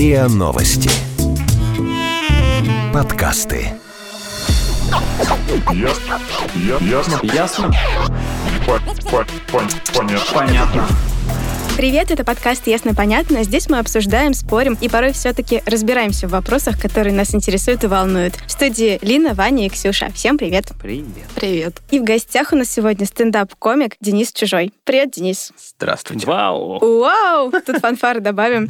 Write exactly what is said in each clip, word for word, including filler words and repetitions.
РИА Новости. Подкасты. Ясно. Ясно. Ясно. Понятно. Понятно. Привет, это подкаст «Ясно-понятно». Здесь мы обсуждаем, спорим и порой все-таки разбираемся в вопросах, которые нас интересуют и волнуют. В студии Лина, Ваня и Ксюша. Всем привет. Привет. Привет. И в гостях у нас сегодня стендап-комик Денис Чужой. Привет, Денис. Здравствуйте. Вау. Вау! Тут фанфары добавим.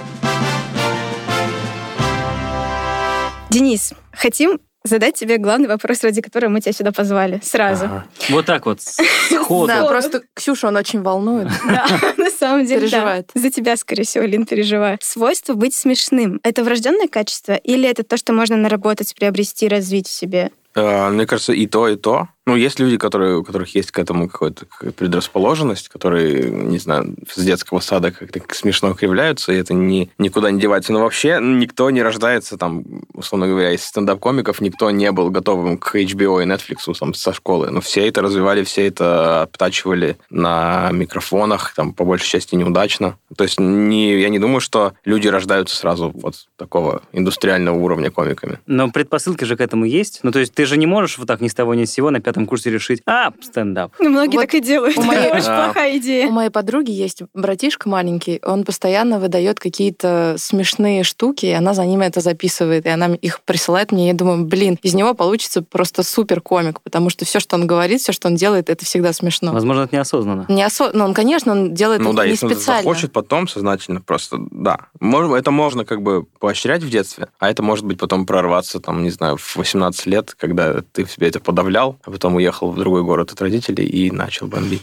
Денис, хотим задать тебе главный вопрос, ради которого мы тебя сюда позвали. Сразу. Ага. Вот так вот, сходу. Да, просто Ксюша, он очень волнует. Да, на самом деле, переживает. Да. За тебя, скорее всего, Лин, переживаю. Свойство быть смешным — это врожденное качество или это то, что можно наработать, приобрести, развить в себе? Мне кажется, и то, и то. Ну, есть люди, которые, у которых есть к этому какая-то предрасположенность, которые, не знаю, с детского сада как-то смешно кривляются, и это ни, никуда не девается. Но вообще никто не рождается, там, условно говоря, из стендап-комиков, никто не был готовым к эйч би о и Netflix там, со школы. Но все это развивали, все это обтачивали на микрофонах, там, по большей части неудачно. То есть не, я не думаю, что люди рождаются сразу вот такого индустриального уровня комиками. Но предпосылки же к этому есть. Ну, то есть ты же не можешь вот так ни с того ни с сего на пятом курсе решить, а, стендап. Ну, многие Вот так и делают. у моей- Очень плохая идея. У моей подруги есть братишка маленький, он постоянно выдает какие-то смешные штуки, и она за ними это записывает, и она их присылает мне, и я думаю, блин, из него получится просто супер комик, потому что все, что он говорит, все, что он делает, это всегда смешно. Возможно, это неосознанно. Не осо... Ну, он, конечно, он делает Ну это да, не если он специально. захочет потом сознательно просто, да. Можно, это можно как бы поощрять в детстве, а это может быть потом прорваться, там, не знаю, в восемнадцать лет, когда ты в себе это подавлял, а потом уехал в другой город от родителей и начал бомбить.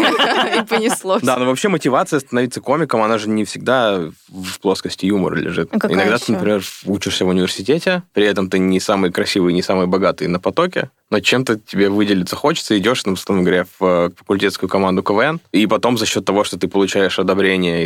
И понеслось. Да, но вообще мотивация становиться комиком, она же не всегда в плоскости юмора лежит. А какая Иногда еще? ты, например, учишься в университете, при этом ты не самый красивый, не самый богатый на потоке, но чем-то тебе выделиться хочется, идешь, ну, условно говоря, в факультетскую команду ка вэ эн, и потом за счет того, что ты получаешь одобрение и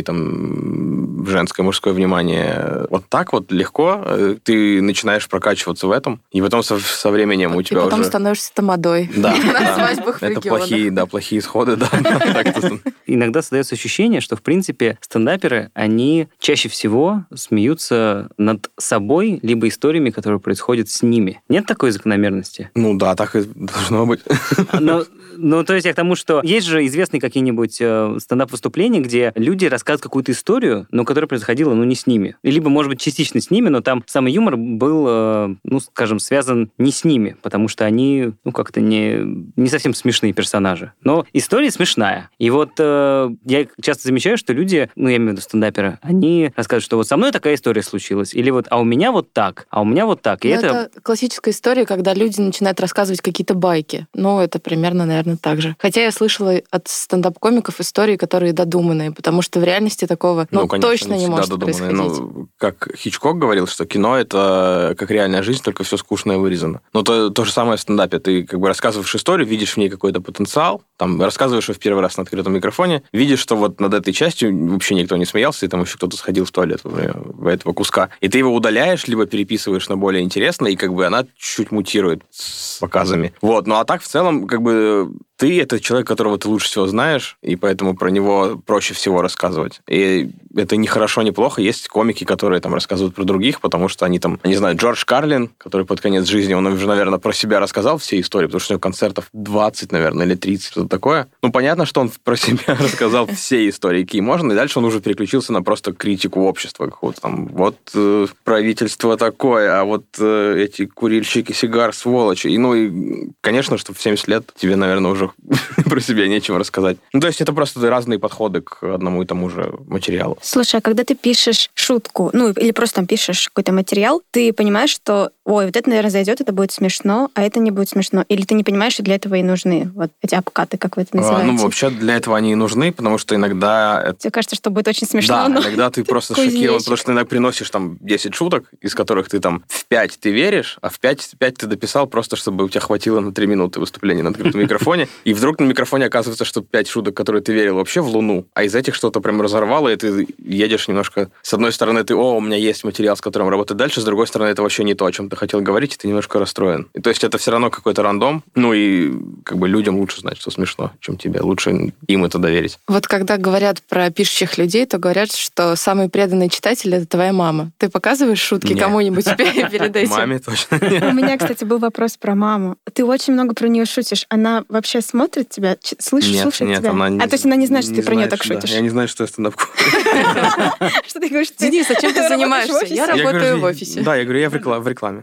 там женское, мужское внимание, вот так вот легко ты начинаешь прокачиваться в этом, и потом со, со временем у И тебя потом уже... становишься тамадой. Да, На да. свадьбах в Это регионах. плохие, да, плохие исходы, да. Так-то. Иногда создается ощущение, что, в принципе, стендаперы, они чаще всего смеются над собой, либо историями, которые происходят с ними. Нет такой закономерности? Ну да, так и должно быть. Ну, ну, то есть я к тому, что есть же известные какие-нибудь э, стендап-выступления, где люди рассказывают какую-то историю, но которая происходила, ну, не с ними. Либо, может быть, частично с ними, но там самый юмор был, э, ну, скажем, связан не с ними, потому что они, ну, как-то не, не совсем смешные персонажи. Но история смешная. И вот э, я часто замечаю, что люди, ну, я имею в виду стендаперы, они рассказывают, что вот со мной такая история случилась, или вот, а у меня вот так, а у меня вот так. И Ну, это... это классическая история, когда люди начинают рассказывать какие-то байки. Ну, это примерно, наверное, так же. Хотя я слышала от стендап-комиков истории, которые додуманные, потому что в реальности такого, ну, конечно, точно не всегда может додуманные. происходить. Ну, как Хичкок говорил, что кино — это как реальная жизнь, только все скучно и вырезано. Но то, то же самое в стендапе. Ты как бы рассказываешь историю, видишь в ней какой-то потенциал, там, рассказываешь ее в первый раз на открытом микрофоне, видишь, что вот над этой частью вообще никто не смеялся, и там еще кто-то сходил в туалет во время этого куска. И ты его удаляешь, либо переписываешь на более интересное, и как бы она чуть-чуть мутирует с показами. Вот. Ну, а так, в целом, как бы ты — это человек, которого ты лучше всего знаешь, и поэтому про него проще всего рассказывать. И это не хорошо, не плохо. Есть комики, которые там рассказывают про других, потому что они там, не знаю, Джордж Карлин, который под конец жизни, он уже, наверное, про себя рассказал все истории, потому что у него концертов двадцать, наверное, или тридцать, что-то такое. Ну, понятно, что он про себя рассказал все истории, какие можно, и дальше он уже переключился на просто критику общества какого-то там. Вот э, правительство такое, а вот э, эти курильщики сигар, сволочи. И, ну, и, конечно, что в семьдесят лет тебе, наверное, уже про себя нечего рассказать. Ну, то есть это просто разные подходы к одному и тому же материалу. Слушай, а когда ты пишешь шутку, ну, или просто там пишешь какой-то материал, ты понимаешь, что, ой, вот это, наверное, зайдет, это будет смешно, а это не будет смешно. Или ты не понимаешь, что для этого и нужны вот эти обкаты, как вы это называете? А, ну, вообще для этого они и нужны, потому что иногда... Это... Тебе кажется, что будет очень смешно, Да, но... иногда ты просто кузнечик. шокирован, потому что иногда приносишь там десять шуток, из которых ты там в пять ты веришь, а в пять, пять ты дописал просто, чтобы у тебя хватило на три минуты выступления на открытом микрофоне. И вдруг на микрофоне оказывается, что пять шуток, которые ты верил, вообще в Луну, а из этих что-то прям разорвало, и ты едешь немножко... С одной стороны, ты, о, у меня есть материал, с которым работать дальше, с другой стороны, это вообще не то, о чем ты хотел говорить, и ты немножко расстроен. И то есть это все равно какой-то рандом, ну и как бы людям лучше знать, что смешно, чем тебе. Лучше им это доверить. Вот когда говорят про пишущих людей, то говорят, что самый преданный читатель — это твоя мама. Ты показываешь шутки Нет. кому-нибудь перед этим? Маме точно У нет. меня, кстати, был вопрос про маму. Ты очень много про нее шутишь. Она вообще смотрит тебя, ч- слышишь, Нет, слушает нет, тебя? она не- А то есть она не знает, что не ты про нее знает, так да. шутишь? Я не знаю, что я стендап. Что ты говоришь? ты- Денис, а чем ты работаешь в занимаешься? офисе? Я Я работаю говорю, в офисе. Да, я говорю, я в рекла- в рекламе.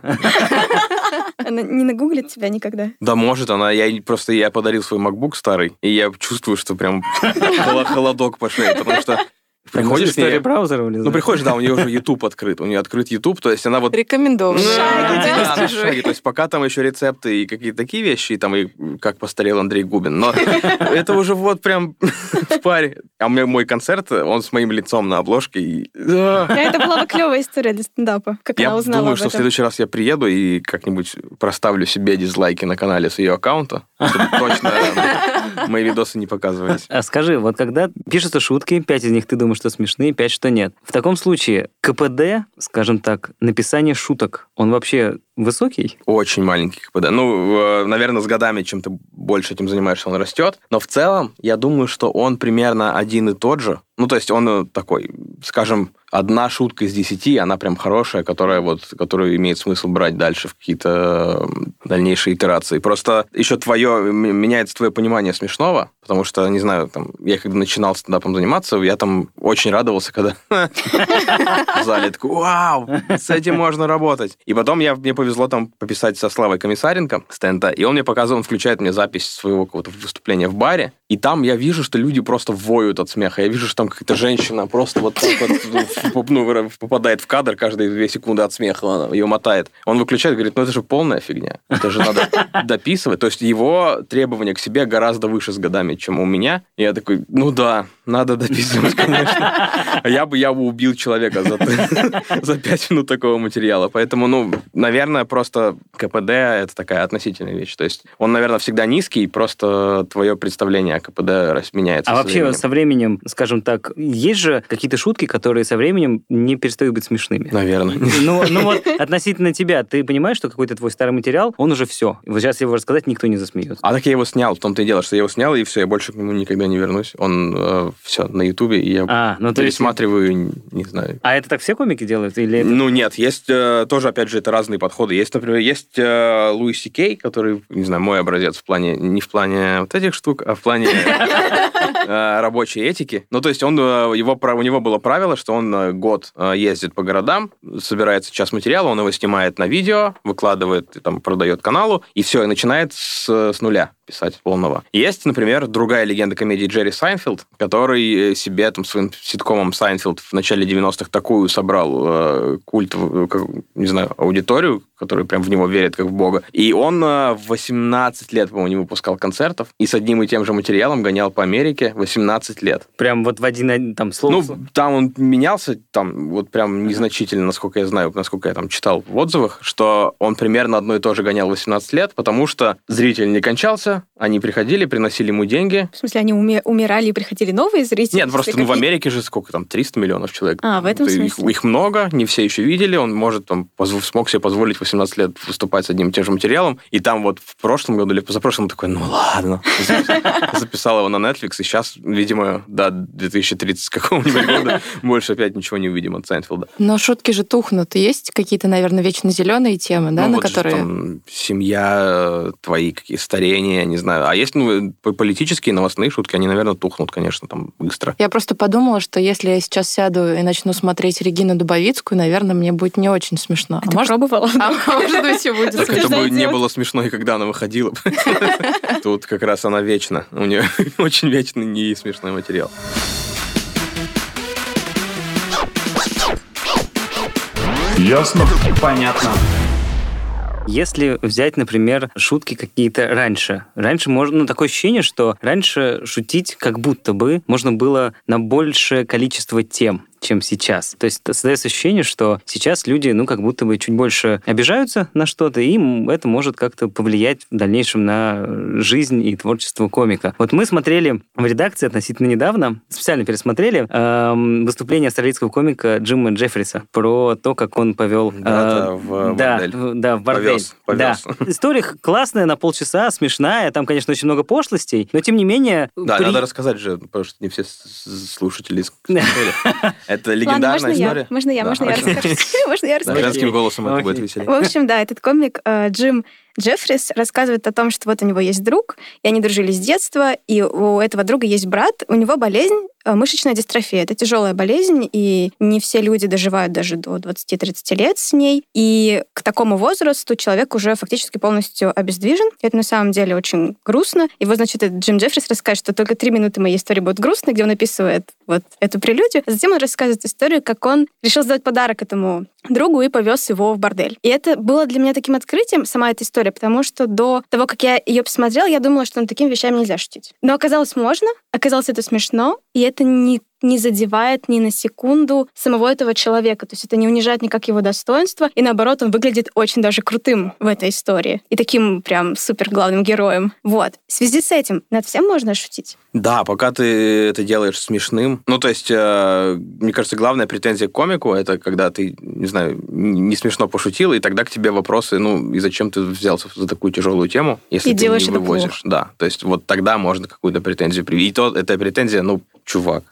Она не нагуглит тебя никогда? Да, может она. Я просто я подарил свой MacBook старый, и я чувствую, что прям холо- холодок по шее, потому что приходишь к история ней... браузера влезает. Ну, приходишь, да, у нее уже YouTube открыт. У нее открыт YouTube, то есть она вот... Рекомендовано. Ну, да, Денис на Чужой. шаге. То есть пока там еще рецепты и какие-то такие вещи, и там и как постарел Андрей Губин, но это уже вот прям в паре. А у меня мой концерт, он с моим лицом на обложке. И... А это была бы клевая история для стендапа, как Я она узнала думаю, об что в этом. следующий раз я приеду и как-нибудь проставлю себе дизлайки на канале с ее аккаунта, чтобы точно мои видосы не показывались. А скажи, вот когда пишутся шутки, пять из них ты думаешь, что смешные, пять, что нет. В таком случае КПД, скажем так, написание шуток, он вообще высокий? Очень маленький КПД. Ну, наверное, с годами, чем ты больше этим занимаешься, он растет. Но в целом, я думаю, что он примерно один и тот же. Ну, то есть он такой, скажем, одна шутка из десяти, она прям хорошая, которая вот, которую имеет смысл брать дальше в какие-то дальнейшие итерации. Просто еще твое, меняется твое понимание смешного, потому что, не знаю, там, я когда начинал стендапом заниматься, я там очень радовался, когда в зале такой, вау, с этим можно работать. И потом я, мне повезло там пописать со Славой Комиссаренко стенда, и он мне показывал, он включает мне запись своего какого-то выступления в баре, и там я вижу, что люди просто воют от смеха. Я вижу, что там какая-то женщина просто вот так вот ну, попадает в кадр каждые две секунды от смеха, она ее мотает. Он выключает, говорит, ну это же полная фигня. Это же надо дописывать. То есть его требования к себе гораздо выше с годами, чем у меня. И я такой, ну да, надо дописывать, конечно. А я бы, я бы убил человека за, за пять минут такого материала. Поэтому, ну, наверное, просто КПД — это такая относительная вещь. То есть он, наверное, всегда низкий, просто твое представление о КПД меняется. А со вообще временем. со временем, скажем так, есть же какие-то шутки, которые со временем не перестают быть смешными? Наверное. Ну, ну вот относительно тебя, ты понимаешь, что какой-то твой старый материал, он уже все. Вот сейчас его рассказать никто не засмеется. А так я его снял, в том-то и дело, что я его снял, и все, я больше к нему никогда не вернусь. Он э, все на Ютубе, и я А, ну то есть... пересматриваю, не знаю. А это так все комики делают? Или это... Ну, нет, есть э, тоже, опять же, это разные подходы. Есть, например, есть э, Луи Си Кей, который, не знаю, мой образец в плане, не в плане вот этих штук, а в плане э, рабочей этики. Ну, то есть он, э, его, у него было правило, что он э, год э, ездит по городам, собирается час материала, он его снимает на видео, выкладывает, там, продает каналу, и все, и начинает с, с нуля писать полного. Есть, например, другая легенда комедии Джерри Сайнфилд, который себе там своим ситкомом Сайнфилд в начале девяностых такую собрал э, культ, как, не знаю, аудиторию, которая прям в него верит как в Бога. И он э, в восемнадцать лет, по-моему, не выпускал концертов, и с одним и тем же материалом гонял по Америке восемнадцать лет. Прям вот в один там слово? Ну, там он менялся, там вот прям незначительно, насколько я знаю, насколько я там читал в отзывах, что он примерно одно и то же гонял восемнадцать лет, потому что зритель не кончался, они приходили, приносили ему деньги. В смысле, они уми- умирали и приходили новые зрители? Нет, просто ну, в Америке же сколько там, триста миллионов человек. А, в этом их, смысле. Их много, не все еще видели, он может там позв- смог себе позволить восемнадцать лет выступать с одним и тем же материалом, и там вот в прошлом году или позапрошлом такой, ну ладно, записал его на Netflix, и сейчас, видимо, до две тысячи тридцатого какого-нибудь года больше опять ничего не увидим от Сайнфилда. Но шутки же тухнут. Есть какие-то, наверное, вечно зеленые темы, да, Ну, на вот же которые... там семья, твои какие старения, не знаю. А есть, ну, политические новостные шутки, они, наверное, тухнут, конечно, там быстро. Я просто подумала, что если я сейчас сяду и начну смотреть Регину Дубовицкую, наверное, мне будет не очень смешно. А А ты может, пробовала? а может быть, и будет Так это смешно. бы не делать. было смешно, и когда она выходила. Тут как раз она вечна. У нее очень вечный не смешной материал. Ясно? Понятно. Если взять, например, шутки какие-то раньше. Раньше можно, ну, такое ощущение, что раньше шутить как будто бы можно было на большее количество тем. чем сейчас. То есть создается ощущение, что сейчас люди, ну, как будто бы чуть больше обижаются на что-то, и им это может как-то повлиять в дальнейшем на жизнь и творчество комика. Вот мы смотрели в редакции относительно недавно, специально пересмотрели эм, выступление австралийского комика Джима Джеффриса про то, как он повел... Да, э, в да, бордель. в- да, в бордель. Повез, повез. Да. История классная, на полчаса, смешная, там, конечно, очень много пошлостей, но тем не менее... Да, при- надо рассказать же, потому что не все с- с- слушатели смотрели. Это Ладно, легендарная можно я? история. Можно я? Да, Можно я окей. расскажу? Можно я Да, расскажу? женским голосом это Окей. будет веселее. В общем, да, этот комик э, Джим Джеффрис рассказывает о том, что вот у него есть друг, и они дружили с детства, и у этого друга есть брат, у него болезнь э, мышечная дистрофия. Это тяжелая болезнь, и не все люди доживают даже до двадцати-тридцати лет с ней. И к такому возрасту человек уже фактически полностью обездвижен. И это на самом деле очень грустно. И вот, значит, этот Джим Джеффрис расскажет, что только три минуты моей истории будут грустной, где он описывает вот эту прелюдию. А затем он рассказывает историю, как он решил сделать подарок этому другу и повез его в бордель. И это было для меня таким открытием, сама эта история, потому что до того, как я ее посмотрела, я думала, что над такими вещами нельзя шутить. Но оказалось, можно. Оказалось, это смешно, и это не не задевает ни на секунду самого этого человека. То есть это не унижает никак его достоинство, и наоборот, он выглядит очень даже крутым в этой истории. И таким прям супер главным героем. Вот. В связи с этим над всем можно шутить? Да, пока ты это делаешь смешным. Ну, то есть, э, мне кажется, главная претензия к комику — это когда ты, не знаю, не смешно пошутил, и тогда к тебе вопросы, ну, и зачем ты взялся за такую тяжелую тему, если И ты делаешь не это вывозишь. Да, то есть вот тогда можно какую-то претензию привить. И то эта претензия, ну, чувак.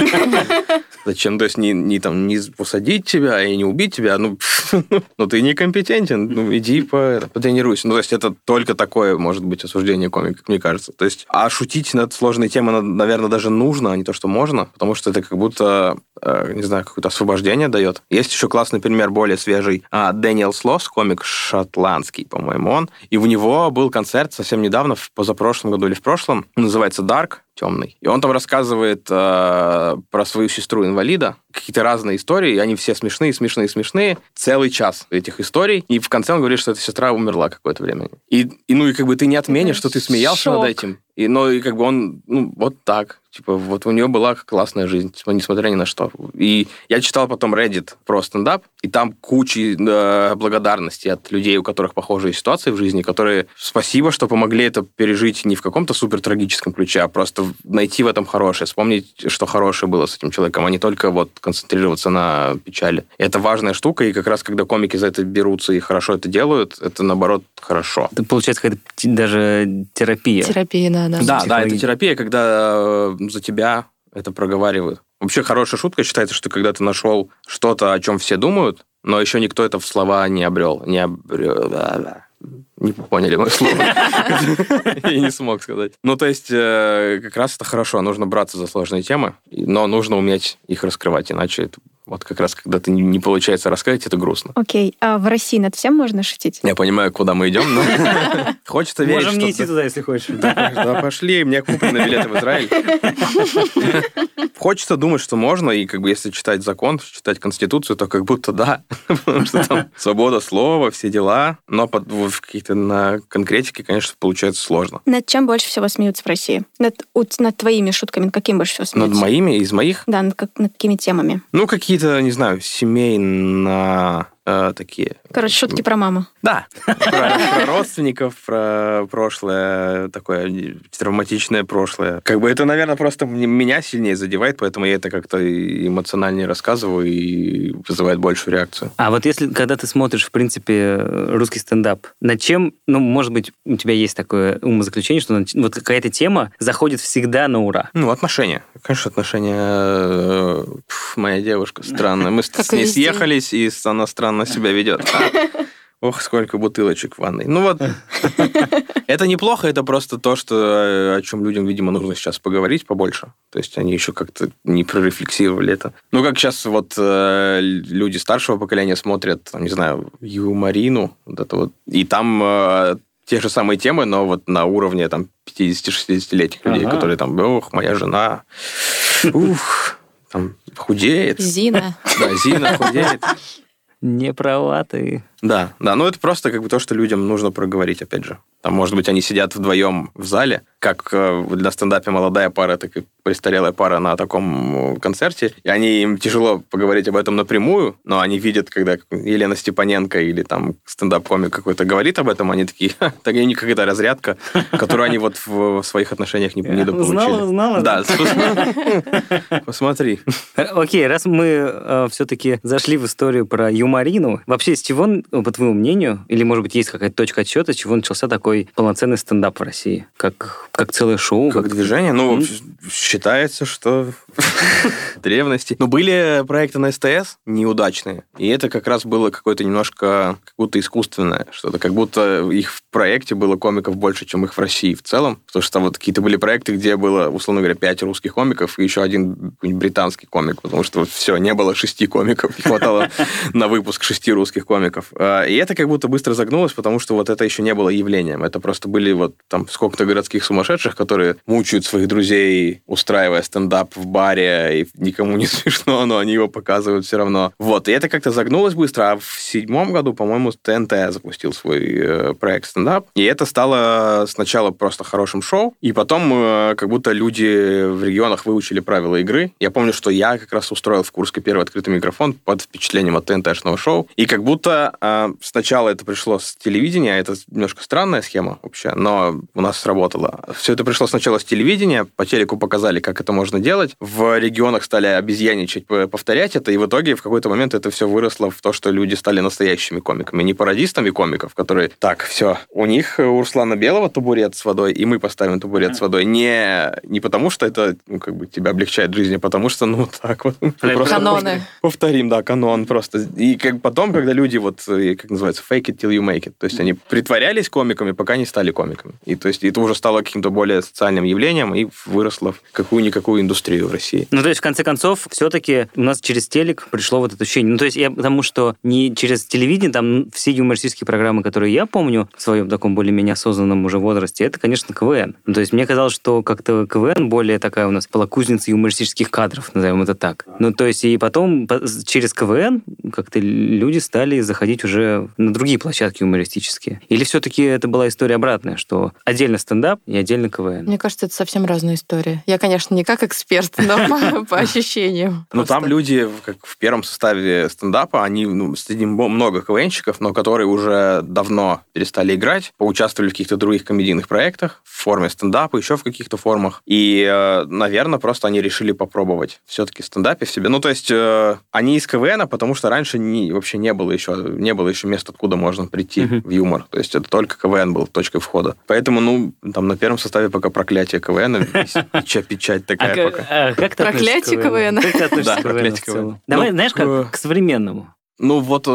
Зачем? То есть не, не, там, не посадить тебя и не убить тебя, ну, ну ты некомпетентен, ну, иди по, потренируйся. Ну, то есть это только такое может быть осуждение комика, как мне кажется. То есть, а шутить над сложной темой, наверное, даже нужно, а не то, что можно, потому что это как будто, не знаю, какое-то освобождение дает. Есть еще классный пример, более свежий. Дэниел Слос, комик шотландский, по-моему, он. И у него был концерт совсем недавно, в позапрошлом году или в прошлом, называется «Dark», темный. И он там рассказывает э, про свою сестру-инвалида, какие-то разные истории, и они все смешные, смешные, смешные. Целый час этих историй. И в конце он говорит, что эта сестра умерла какое-то время. И, и ну, и как бы ты не отменишь, что ты смеялся шок. над этим. И, ну, и как бы он, ну, вот так. Типа, вот у нее была классная жизнь, типа, несмотря ни на что. И я читал потом Reddit про стендап, и там куча э, благодарности от людей, у которых похожие ситуации в жизни, которые спасибо, что помогли это пережить не в каком-то супер трагическом ключе, а просто найти в этом хорошее, вспомнить, что хорошее было с этим человеком, а не только вот концентрироваться на печали. И это важная штука, и как раз когда комики за это берутся и хорошо это делают, это, наоборот, хорошо. Это получается какая-то даже терапия. Терапия, да, да. Да, да, это терапия, когда за тебя это проговаривают. Вообще хорошая шутка считается, что когда ты нашел что-то, о чем все думают, но еще никто это в слова не обрел. Не обрел. Не поняли мое слово. Я не смог сказать. Ну, то есть, как раз это хорошо. Нужно браться за сложные темы, но нужно уметь их раскрывать, иначе это вот как раз, когда ты не получается раскрыть, это грустно. Окей. А в России над всем можно шутить? Я понимаю, куда мы идем, но хочется верить, Можем что... не идти туда, если хочешь. Да, пошли, мне куплены билеты в Израиль. Хочется думать, что можно, и как бы если читать закон, читать Конституцию, то как будто да, потому что там свобода слова, все дела, но под, в каких-то на конкретике, конечно, получается сложно. Над чем больше всего смеются в России? Над, у- над твоими шутками, над каким больше всего смеются? Над моими, из моих, Да, над, как- над какими темами? ну, какие-то, не знаю, семейно э, такие. Короче, шутки про маму. Да, про, про родственников, про прошлое, такое травматичное прошлое. Как бы это, наверное, просто м- меня сильнее задевает, поэтому я это как-то и эмоциональнее рассказываю и вызывает большую реакцию. А вот если, когда ты смотришь, в принципе, русский стендап, над чем, ну, может быть, у тебя есть такое умозаключение, что над- вот какая-то тема заходит всегда на ура? Ну, отношения. Конечно, отношения... э, пф, моя девушка странная. Мы с Как с и ней везде. съехались, и она странно себя ведет. Ох, сколько бутылочек в ванной. Ну вот, это неплохо, это просто то, что, о чем людям, видимо, нужно сейчас поговорить побольше. То есть они еще как-то не прорефлексировали это. Ну, как сейчас вот э, люди старшего поколения смотрят, там, не знаю, Юморину, вот это вот, и там э, те же самые темы, но вот на уровне там пятидесяти-шестидесятилетних людей, Ага. которые там, ох, моя жена, ух, там худеет. Зина. Да, Зина худеет. Не права ты. Да, да, ну это просто как бы то, что людям нужно проговорить, опять же. Там, может быть, они сидят вдвоем в зале, как для стендапа молодая пара, так и престарелая пара на таком концерте, и они, им тяжело поговорить об этом напрямую, но они видят, когда Елена Степаненко или там стендап-комик какой-то говорит об этом, они такие, так и никакая разрядка, которую они вот в своих отношениях недополучили. Узнала, узнала. Да, посмотри. Окей, раз мы все-таки зашли в историю про юморину, вообще с чего, по твоему мнению, или, может быть, есть какая-то точка отсчета, с чего начался такой полноценный стендап в России? Как, как целое шоу? Как, как... движение? Ну, mm-hmm. считается, что древности. Но были проекты на СТС неудачные, и это как раз было какое-то немножко как будто искусственное что-то, как будто их в проекте было комиков больше, чем их в России в целом, потому что там вот какие-то были проекты, где было, условно говоря, пять русских комиков и еще один британский комик, потому что все, не было шести комиков, не хватало на выпуск шести русских комиков. И это как будто быстро загнулось, потому что вот это еще не было явлением, это просто были вот там сколько-то городских сумасшедших, которые мучают своих друзей, устраивая стендап в баре, и никому не смешно, но они его показывают все равно. Вот, и это как-то загнулось быстро, а в седьмом году, по-моему, ТНТ запустил свой э, проект стендап, и это стало сначала просто хорошим шоу, и потом э, как будто люди в регионах выучили правила игры. Я помню, что я как раз устроил в Курске первый открытый микрофон под впечатлением от ТНТ-шного шоу, и как будто э, сначала это пришло с телевидения, это немножко странная схема вообще, но у нас сработало. Все это пришло сначала с телевидения, по телеку показали, как это можно делать, в регионах стали обезьяничать, повторять это, и в итоге в какой-то момент это все выросло в то, что люди стали настоящими комиками, не пародистами комиков, которые, так, все, у них у Руслана Белого табурет с водой, и мы поставим табурет с водой. Не, не потому, что это, ну, как бы тебя облегчает жизнь, а потому что, ну, так вот. Каноны. Повторим, да, канон просто. И как потом, когда люди, вот, как называется, fake it till you make it, то есть они притворялись комиками, пока не стали комиками. И то есть это уже стало каким-то более социальным явлением и выросло в какую-никакую индустрию в России. Ну, то есть, в конце концов, все-таки у нас через телек пришло вот это ощущение. Ну, то есть, я потому что не через телевидение, там все юмористические программы, которые я помню в своем таком более-менее осознанном уже возрасте, это, конечно, КВН. Ну, то есть, мне казалось, что как-то КВН более такая у нас была кузница юмористических кадров, назовем это так. Ну, то есть, и потом через КВН как-то люди стали заходить уже на другие площадки юмористические. Или все-таки это была история обратная, что отдельно стендап и отдельно КВН? Мне кажется, это совсем разная история. Я, конечно, не как эксперт, но по ощущениям. Ну, там люди, как в первом составе стендапа, они, ну, среди много КВНщиков, но которые уже давно перестали играть, поучаствовали в каких-то других комедийных проектах, в форме стендапа, еще в каких-то формах. И, наверное, просто они решили попробовать все-таки стендапе в себе. Ну, то есть, они из КВНа, потому что раньше не, вообще не было еще, не было еще места, откуда можно прийти uh-huh. в юмор. То есть, это только КВН был точкой входа. Поэтому, ну, там на первом составе пока проклятие КВН, печать такая пока. Проклятие КВН. Как ты относишься к КВН в целом? Давай, знаешь, как к современному. Ну, вот,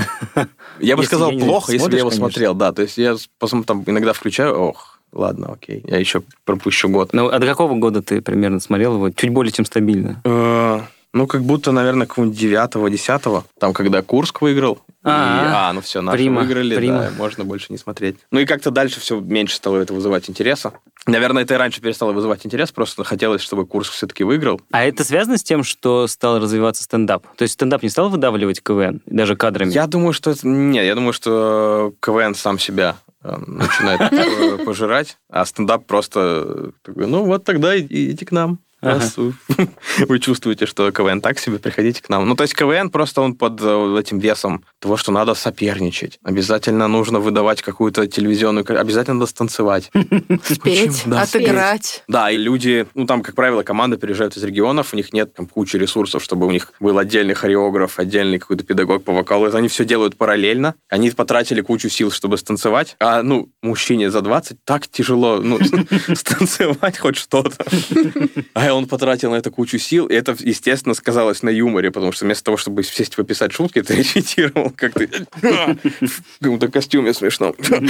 я бы сказал, плохо, если я его смотрел, да. То есть, я там иногда включаю, ох, ладно, окей, я еще пропущу год. Ну, а до какого года ты примерно смотрел его? Чуть более чем стабильно. Ну, как будто, наверное, какого-нибудь девятого, десятого, там, когда Курск выиграл. А, ну все, наши прима, выиграли, прима. Да, можно больше не смотреть. Ну и как-то дальше все меньше стало это вызывать интереса. Наверное, это и раньше перестало вызывать интерес, просто хотелось, чтобы Курск все-таки выиграл. А это связано с тем, что стал развиваться стендап? То есть стендап не стал выдавливать КВН, даже кадрами? Я думаю, что это... Нет, я думаю, что КВН сам себя начинает пожирать, а стендап просто... Ну вот тогда идите к нам. Раз ага. вы чувствуете, что КВН так себе, приходите к нам. Ну, то есть КВН просто он под этим весом того, что надо соперничать. Обязательно нужно выдавать какую-то телевизионную... Обязательно надо станцевать. Спеть, да. Отыграть. Да, и люди... Ну, там, как правило, команды приезжают из регионов, у них нет там кучи ресурсов, чтобы у них был отдельный хореограф, отдельный какой-то педагог по вокалу. Они все делают параллельно. Они потратили кучу сил, чтобы станцевать. А, ну, мужчине за двадцать так тяжело, ну, станцевать хоть что-то. А он потратил на это кучу сил, и это, естественно, сказалось на юморе, потому что вместо того, чтобы сесть пописать шутки, ты репетировал как-то в каком-то костюме смешном.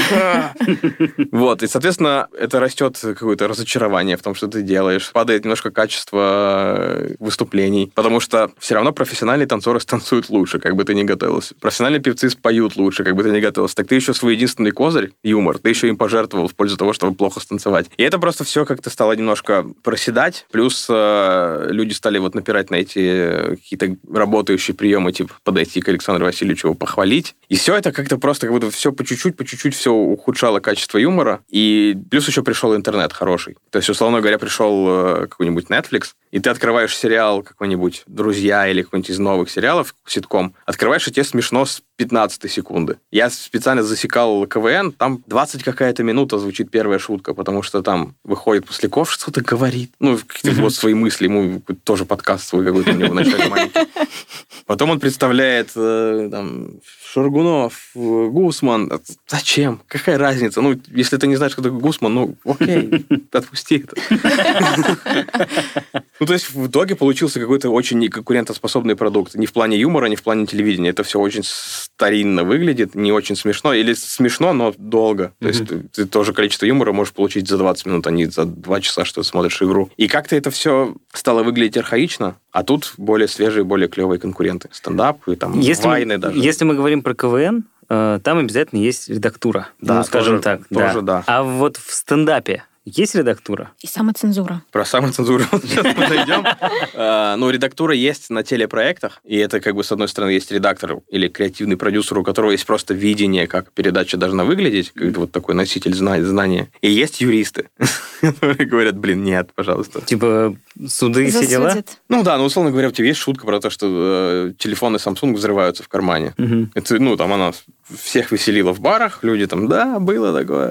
Вот, и, соответственно, это растет какое-то разочарование в том, что ты делаешь. Падает немножко качество выступлений, потому что все равно профессиональные танцоры станцуют лучше, как бы ты ни готовился. Профессиональные певцы споют лучше, как бы ты ни готовился. Так ты еще свой единственный козырь, юмор, ты еще им пожертвовал в пользу того, чтобы плохо станцевать. И это просто все как-то стало немножко проседать. Плюс Плюс э, люди стали вот напирать на эти какие-то работающие приемы, типа подойти к Александру Васильевичу, его похвалить. И все это как-то просто как будто все по чуть-чуть, по чуть-чуть все ухудшало качество юмора. И плюс еще пришел интернет хороший. То есть, условно говоря, пришел э, какой-нибудь Netflix, и ты открываешь сериал какой-нибудь «Друзья» или какой-нибудь из новых сериалов, ситком, открываешь, и тебе смешно с пятнадцатой секунды. Я специально засекал КВН, там двадцать какая-то минута звучит первая шутка, потому что там выходит Пусляков, что-то говорит. Ну, какие-то вот свои мысли, ему тоже подкаст свой какой-то у него вначале маленький. Потом он представляет э, там, Шаргунов, Гусман. Зачем? Какая разница? Ну, если ты не знаешь, кто такой Гусман, ну, окей, отпусти это. Ну, то есть, в итоге получился какой-то очень неконкурентоспособный продукт. Ни в плане юмора, ни в плане телевидения. Это все очень старинно выглядит, не очень смешно. Или смешно, но долго. То есть, ты, ты тоже количество юмора можешь получить за двадцать минут, а не за два часа, что ты смотришь игру. И как-то это все стало выглядеть архаично, а тут более свежие, более клевые конкуренты. Стендап и там если вайны мы, даже. Если мы говорим про КВН, э, там обязательно есть редактура. Да, ну, скажем тоже, так. тоже да. да. А вот в стендапе есть редактура? И самоцензура. Про самоцензуру сейчас мы дойдем. Ну, редактура есть на телепроектах, и это, как бы, с одной стороны, есть редактор или креативный продюсер, у которого есть просто видение, как передача должна выглядеть, как вот такой носитель знания. И есть юристы, которые говорят, блин, нет, пожалуйста. Типа суды и все дела? Ну да, ну, условно говоря, у тебя есть шутка про то, что телефоны Samsung взрываются в кармане. Это, ну, там она всех веселила в барах, люди там, да, было такое.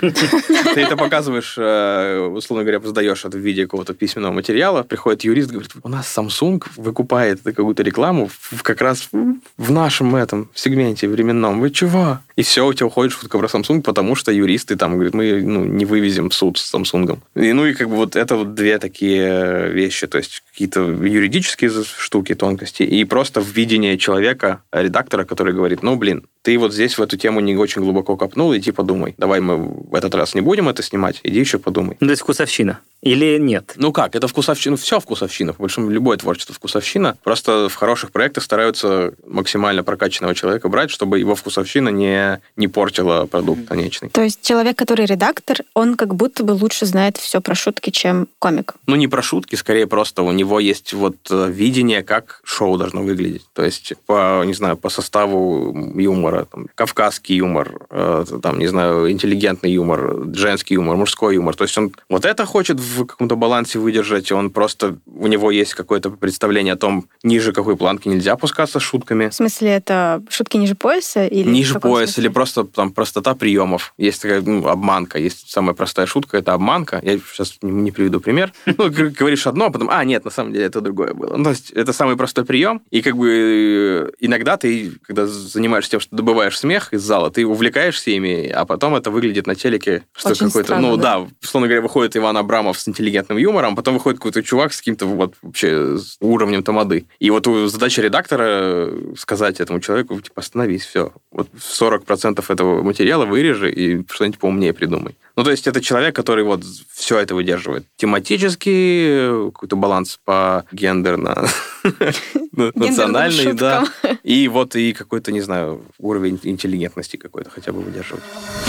Ты это показываешь, условно говоря, сдаешь это в виде какого-то письменного материала, приходит юрист, говорит, у нас Samsung выкупает какую-то рекламу как раз в нашем этом сегменте временном. Вы чего? И все, у тебя уходит шутка про Samsung, потому что юристы там говорят, мы ну, не вывезем в суд с Samsung. И, ну и как бы вот это вот две такие вещи, то есть какие-то юридические штуки, тонкости, и просто видение человека, редактора, который говорит, ну, блин, ты вот здесь в эту тему не очень глубоко копнул, иди подумай. Давай мы в этот раз не будем это снимать, иди еще подумай. Ну, то есть вкусовщина. Или нет? Ну как, это вкусовщина, все вкусовщина, в большом любое творчество вкусовщина. Просто в хороших проектах стараются максимально прокачанного человека брать, чтобы его вкусовщина не, не портила продукт конечный. То есть человек, который редактор, он как будто бы лучше знает все про шутки, чем комик. Ну не про шутки, скорее просто у него есть вот видение, как шоу должно выглядеть. То есть по, не знаю, по составу юмора, там, кавказский юмор, там, не знаю, интеллигентный юмор, женский юмор, мужской юмор. То есть он вот это хочет в каком-то балансе выдержать, он просто, у него есть какое-то представление о том, ниже какой планки нельзя опускаться с шутками. В смысле, это шутки ниже пояса? Или ниже пояса, или просто там простота приемов. Есть такая ну, обманка, есть самая простая шутка, это обманка. Я сейчас не, не приведу пример. Ну, говоришь одно, а потом, а, нет, на самом деле это другое было. Ну, то есть это самый простой прием, и как бы иногда ты, когда занимаешься тем, что добываешь смех из зала, ты увлекаешься ими, а потом это выглядит на телеке, что очень какой-то, странно, ну да? да, условно говоря, выходит Иван Абрамов с интеллигентным юмором, потом выходит какой-то чувак с каким-то вот вообще с уровнем тамады. И вот задача редактора сказать этому человеку, типа, остановись, все. Вот сорок процентов этого материала вырежи и что-нибудь поумнее придумай. Ну, то есть это человек, который вот все это выдерживает. Тематически, какой-то баланс по гендерно, национальный, да. И вот и какой-то, не знаю, уровень интеллигентности какой-то хотя бы выдерживать.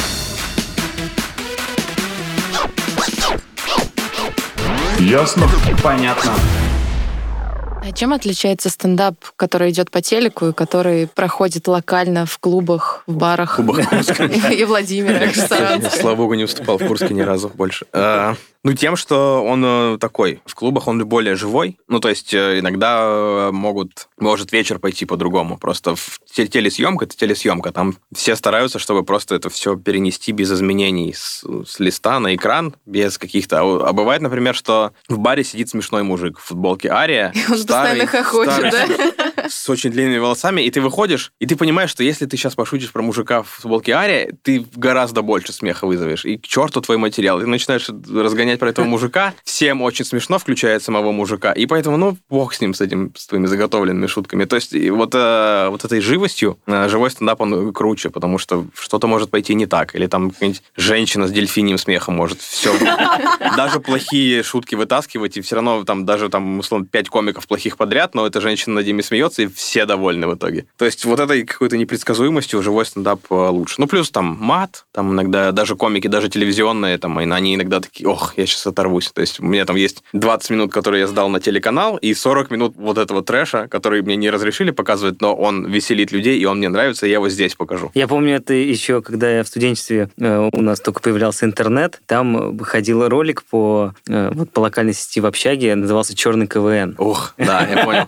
Ясно? Понятно. А чем отличается стендап, который идет по телеку и который проходит локально в клубах, в барах? В клубах Курска. И Владимира, Я, кстати, слава богу, не выступал в Курске ни разу больше. А, ну, тем, что он такой. В клубах он более живой. Ну, то есть иногда могут, может вечер пойти по-другому. Просто в телесъемка — это телесъемка. Там все стараются, чтобы просто это все перенести без изменений с, с листа на экран, без каких-то... А бывает, например, что в баре сидит смешной мужик в футболке Ария. Он постоянно хохочет, да? С очень длинными волосами, и ты выходишь, и ты понимаешь, что если ты сейчас пошутишь про мужика в футболке Ария, ты гораздо больше смеха вызовешь. И к черту твой материал. Ты начинаешь разгонять про этого мужика. Всем очень смешно, включая самого мужика. И поэтому, ну, бог с ним, с этим, с твоими заготовленными шутками. То есть вот, э, вот этой живостью э, живой стендап, он круче, потому что что-то может пойти не так. Или там какая-нибудь женщина с дельфиньим смехом может все... Даже плохие шутки вытаскивать, и все равно там даже, там, условно, пять комиков плохих подряд, но эта женщина над ними смеется, смеется, и все довольны в итоге. То есть вот этой какой-то непредсказуемостью живой стендап лучше. Ну, плюс там мат, там иногда даже комики, даже телевизионные, там, они иногда такие, ох, я сейчас оторвусь. То есть у меня там есть двадцать минут, которые я сдал на телеканал, и сорок минут вот этого трэша, который мне не разрешили показывать, но он веселит людей, и он мне нравится, и я его здесь покажу. Я помню, это еще, когда я в студенчестве, э, у нас только появлялся интернет, там ходил ролик по, э, вот, по локальной сети в общаге, назывался «Черный КВН». Ух, да, я понял.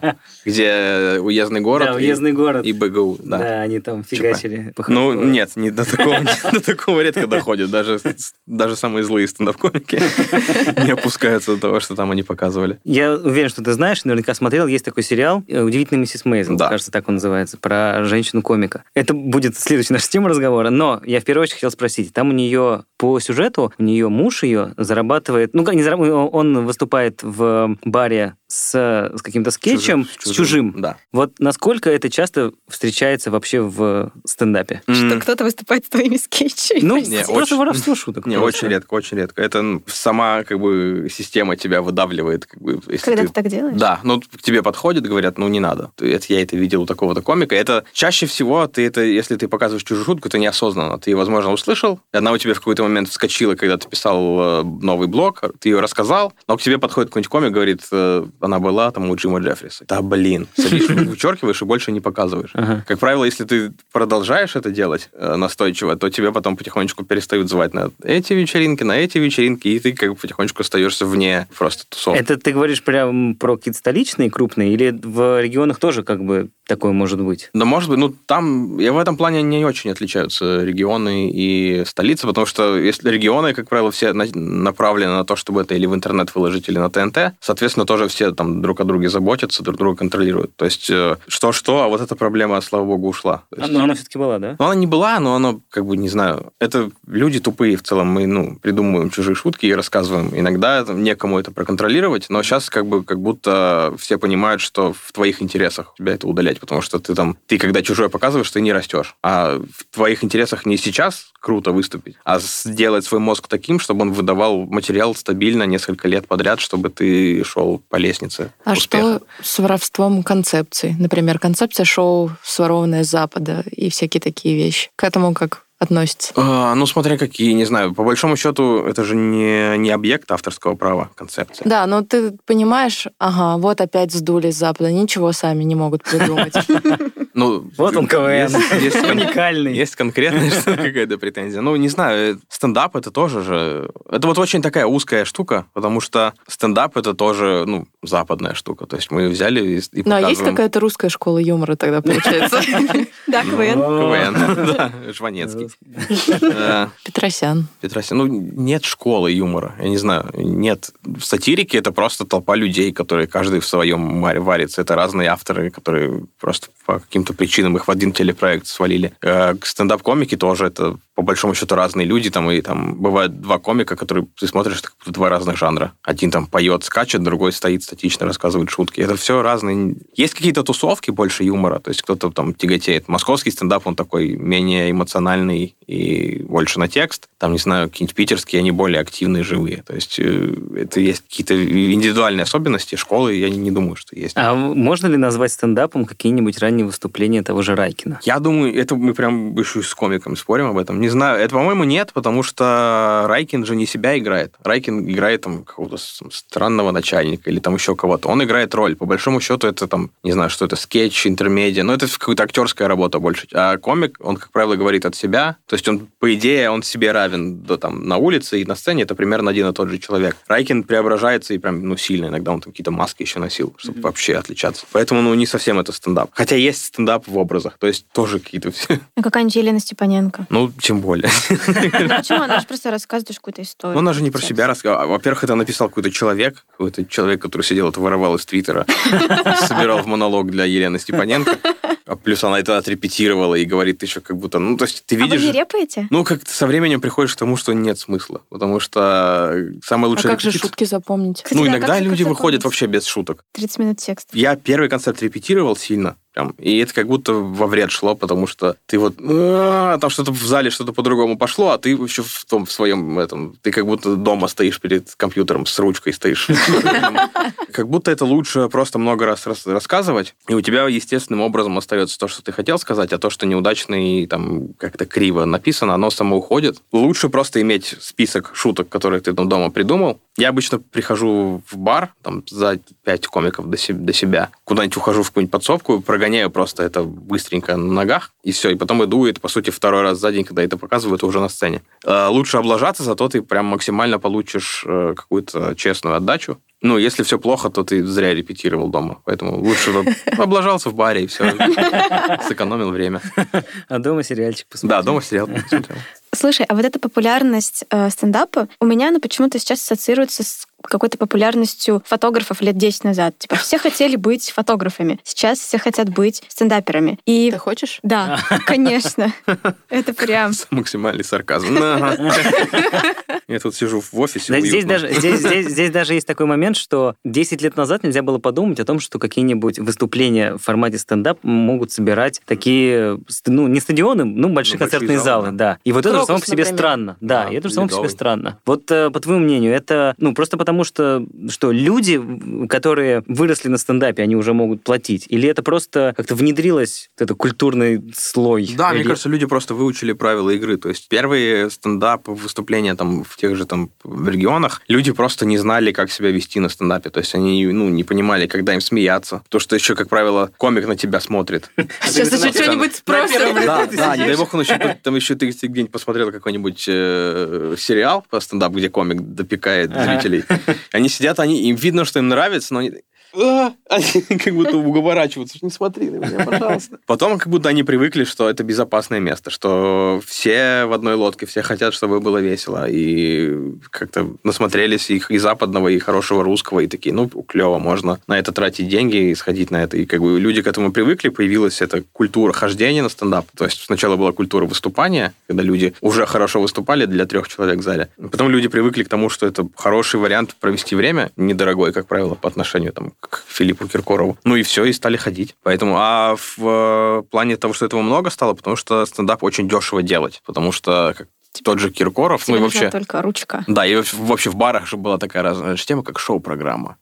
Где уездный город. Да, уездный город. И БГУ, да. Да, они там фигачили. Ну, нет, не до такого, до такого редко доходит. Даже, даже самые злые стендап-комики не опускаются до того, что там они показывали. Я уверен, что ты знаешь, наверняка смотрел, есть такой сериал «Удивительная миссис Мейзел», да. Кажется, так он называется, про женщину-комика. Это будет следующая наша тема разговора, но я в первую очередь хотел спросить, там у нее по сюжету, у нее муж ее зарабатывает, ну, как не зарабатывает, он выступает в баре с, с каким-то скетчем, чужим, с чужим. Да. Вот насколько это часто встречается вообще в стендапе? Что кто-то выступает с твоими скетчами. Ну, Не, просто очень- воровство шуток. Не, просто. очень редко, очень редко. Это ну, сама как бы система тебя выдавливает. Как бы, если Когда ты... ты так делаешь? Да, ну к тебе подходят, говорят, ну не надо. Ты- Это, я это видел у такого-то комика. Это чаще всего, ты это, если ты показываешь чужую шутку, это неосознанно. Ты ее, возможно, услышал, и она у тебя в какой-то момент вскочила, когда ты писал э, новый блог, ты ее рассказал, но к тебе подходит какой-нибудь комик, говорит, э, она была там у Джима Джеффриса. Да, блин. Садишь, вычеркиваешь и больше не показываешь. Ага. Как правило, если ты продолжаешь это делать э, настойчиво, то тебя потом потихонечку перестают звать на эти вечеринки, на эти вечеринки, и ты как бы потихонечку остаешься вне просто тусовки. Это ты говоришь прям про какие-то столичные крупные, или в регионах тоже как бы такое может быть? Да, может быть, ну, там, я в этом плане не очень отличаются регионы и столицы, потому что если регионы, как правило, все на- направлены на то, чтобы это или в интернет выложить, или на ТНТ, соответственно, тоже все там друг о друге заботятся, друг друга контролируют. То есть, э, что-что, а вот эта проблема, слава богу, ушла. То есть, Но она все-таки была, да? ну, она не была, но она, как бы, не знаю, это люди тупые в целом. Мы, ну, придумываем чужие шутки и рассказываем. Иногда это- некому это проконтролировать, но сейчас как бы как будто все понимают, что в твоих интересах тебя это удалять, потому что ты там, ты когда чужое показываешь, ты не растешь. А в твоих интересах не сейчас круто выступить, а сделать свой мозг таким, чтобы он выдавал материал стабильно несколько лет подряд, чтобы ты шел по лестнице А успеха. что с воровством концепций? Например, концепция шоу «Сворованная с Запада» и всякие такие вещи. К этому как относится? А, ну, смотря какие, не знаю. По большому счету, это же не, не объект авторского права, концепция. Да, но ты понимаешь, ага, вот опять сдули с Запада, ничего сами не могут придумать. Ну, Вот он КВН. Есть, есть кон- Уникальный. есть конкретная что- какая-то претензия. Ну, не знаю, стендап это тоже же... Это вот очень такая узкая штука, потому что стендап это тоже, ну, западная штука. То есть мы взяли и, и Ну, а есть показываем какая-то русская школа юмора тогда, получается? Да, КВН. КВН. Да, Жванецкий. Э, Петросян. Петросян. Ну, нет школы юмора. Я не знаю. Нет. В сатирике это просто толпа людей, которые каждый в своем маре варится. Это разные авторы, которые просто по каким-то причинам их в один телепроект свалили. Э, К стендап-комике тоже это, по большому счету, разные люди. Там, и там бывают два комика, которые ты смотришь, это как будто два разных жанра. Один там поет, скачет, другой стоит статично, рассказывает шутки. Это все разные. Есть какие-то тусовки больше юмора. То есть кто-то там тяготеет. Московский стендап, он такой менее эмоциональный и больше на текст. Там, не знаю, какие-нибудь питерские, они более активные, живые. То есть э, это есть какие-то индивидуальные особенности. Школы, я не, не думаю, что есть. А можно ли назвать стендапом какие-нибудь ранние выступления того же Райкина? Я думаю, это мы прям еще и с комиком спорим об этом. Не знаю, это, по-моему, нет, потому что Райкин же не себя играет. Райкин играет там какого-то с- странного начальника или там еще кого-то. Он играет роль. По большому счету это там, не знаю, что это, скетч, интермедиа. Но это какая-то актерская работа больше. А комик, он, как правило, говорит от себя. То есть он, по идее, он себе равен да, там, на улице и на сцене. Это примерно один и тот же человек. Райкин преображается и прям, ну, сильно. Иногда он там какие-то маски еще носил, чтобы mm-hmm. вообще отличаться. Поэтому, ну, не совсем это стендап. Хотя есть стендап в образах. То есть тоже какие-то все... А какая-нибудь Елена Степаненко? Ну, тем более. Почему? Она же просто рассказывает какую-то историю. Ну, она же не про себя рассказывала. Во-первых, это написал какой-то человек, какой-то человек, который сидел, это воровал из Твиттера, собирал в монолог для Елены Степаненко. А плюс она это отрепетировала и говорит еще как будто... Ну, то есть ты видишь... А вы не репаете? Ну, как со временем приходишь к тому, что нет смысла. Потому что самое А лучшее... как же шутки запомнить? Кстати, Ну, да, иногда как- как люди запомнить? выходят вообще без шуток. тридцать минут текста. Я первый концерт репетировал сильно, Прям. И это как будто во вред шло, потому что ты вот... Там что-то в зале что-то по-другому пошло, а ты еще в том в своем этом... Ты как будто дома стоишь перед компьютером с ручкой стоишь. Как будто это лучше просто много раз рассказывать, и у тебя естественным образом остается то, что ты хотел сказать, а то, что неудачно и там как-то криво написано, оно само уходит. Лучше просто иметь список шуток, которые ты там дома придумал. Я обычно прихожу в бар, там, за пять комиков до себя, куда-нибудь ухожу в какую-нибудь подсобку, прогоняю просто это быстренько на ногах, и все, и потом иду, и это, по сути, второй раз за день, когда это показываю, это уже на сцене. Лучше облажаться, зато ты прям максимально получишь какую-то честную отдачу. Ну, если все плохо, то ты зря репетировал дома. Поэтому лучше облажался в баре и все. Сэкономил время. А дома сериальчик посмотрел. Да, дома сериал посмотрел. Слушай, а вот эта популярность э, стендапа у меня она почему-то сейчас ассоциируется с какой-то популярностью фотографов лет десять назад. Типа все хотели быть фотографами, сейчас все хотят быть стендаперами. И... Ты хочешь? Да, конечно. Это прям... Максимальный сарказм. Я тут сижу в офисе. Здесь даже, здесь, здесь, здесь даже есть такой момент, что десять лет назад нельзя было подумать о том, что какие-нибудь выступления в формате стендап могут собирать такие, ну, не стадионы, ну, большие ну, концертные залы, залы, да. И вот это же само по себе например. Странно. Да, да, и это же само по себе странно. Вот по твоему мнению, это, ну, просто потому что, что люди, которые выросли на стендапе, они уже могут платить? Или это просто как-то внедрилось, вот это культурный слой? Да, Или... мне кажется, люди просто выучили правила игры. То есть первые стендап-выступления там в тех же там регионах, люди просто не знали, как себя вести на стендапе. То есть они, ну, не понимали, когда им смеяться. То, что еще, как правило, комик на тебя смотрит. Сейчас еще что-нибудь спросят. Да, да, не дай бог, он еще там еще ты где-нибудь посмотрел какой-нибудь сериал по стендап, где комик допекает зрителей. Они сидят, они, им видно, что им нравится, но они... Они как будто уговорачиваются, не смотри на меня, пожалуйста. Потом как будто они привыкли, что это безопасное место, что все в одной лодке, все хотят, чтобы было весело. И как-то насмотрелись их и западного, и хорошего русского, и такие, ну, клево, можно на это тратить деньги и сходить на это. И как бы люди к этому привыкли, появилась эта культура хождения на стендап. То есть сначала была культура выступания, когда люди уже хорошо выступали для трех человек в зале. Потом люди привыкли к тому, что это хороший вариант провести время, недорогой, как правило, по отношению там, к Филиппу Киркорову. Ну и все, и стали ходить. Поэтому, а в э, плане того, что этого много стало, потому что стендап очень дешево делать, потому что как тот же Киркоров, тебе ну и вообще... только ручка. Да, и вообще в барах же была такая разная тема, как шоу-программа.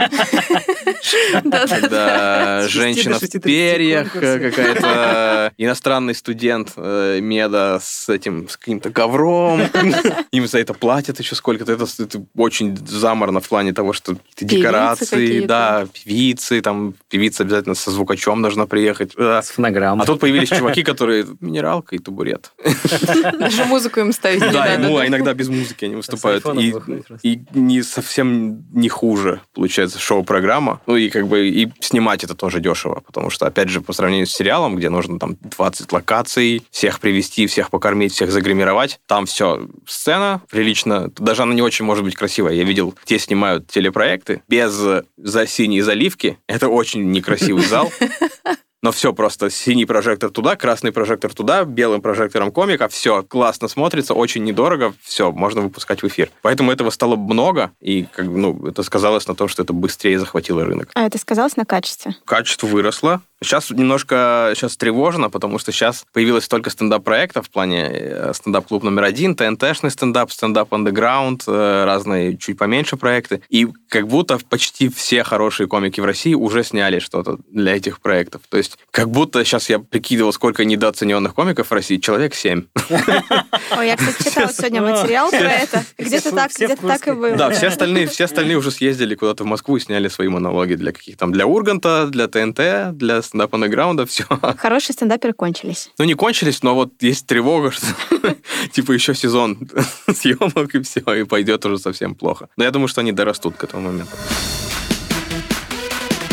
Да, женщина в перьях, какая-то иностранный студент меда с этим, с каким-то ковром. Им за это платят еще сколько-то. Это очень заморно в плане того, что декорации, да, певицы, там певица обязательно со звукачом должна приехать. С фонограммой. А тут появились чуваки, которые минералка и табурет. Даже музыку им ставить. Да, ему, а иногда без музыки они выступают. И, и не совсем не хуже, получается, шоу-программа. Ну и как бы и снимать это тоже дешево, потому что, опять же, по сравнению с сериалом, где нужно там двадцать локаций, всех привести, всех покормить, всех загримировать, там все, сцена прилично, даже она не очень может быть красивая. Я видел, те снимают телепроекты без за синей заливки. Это очень некрасивый зал. Но все просто синий прожектор туда, красный прожектор туда, белым прожектором комика, все классно смотрится, очень недорого, все, можно выпускать в эфир. Поэтому этого стало много, и как, ну, это сказалось на том, что это быстрее захватило рынок. А это сказалось на качестве? Качество выросло. Сейчас немножко сейчас тревожно, потому что сейчас появилось столько стендап-проектов в плане стендап-клуб номер один, ТНТ-шный стендап, стендап-андеграунд, разные чуть поменьше проекты. И как будто почти все хорошие комики в России уже сняли что-то для этих проектов. То есть как будто сейчас я прикидывал, сколько недооцененных комиков в России. Человек семь. Ой, я, кстати, читала сегодня материал про это. Где-то так, где-то так и было. Да, все остальные, все остальные уже съездили куда-то в Москву и сняли свои монологи для каких там, для Урганта, для ТНТ, для стендап-андеграунда, все. Хорошие стендаперы кончились. Ну, не кончились, но вот есть тревога, что типа еще сезон съемок, и все, и пойдет уже совсем плохо. Но я думаю, что они дорастут к этому моменту.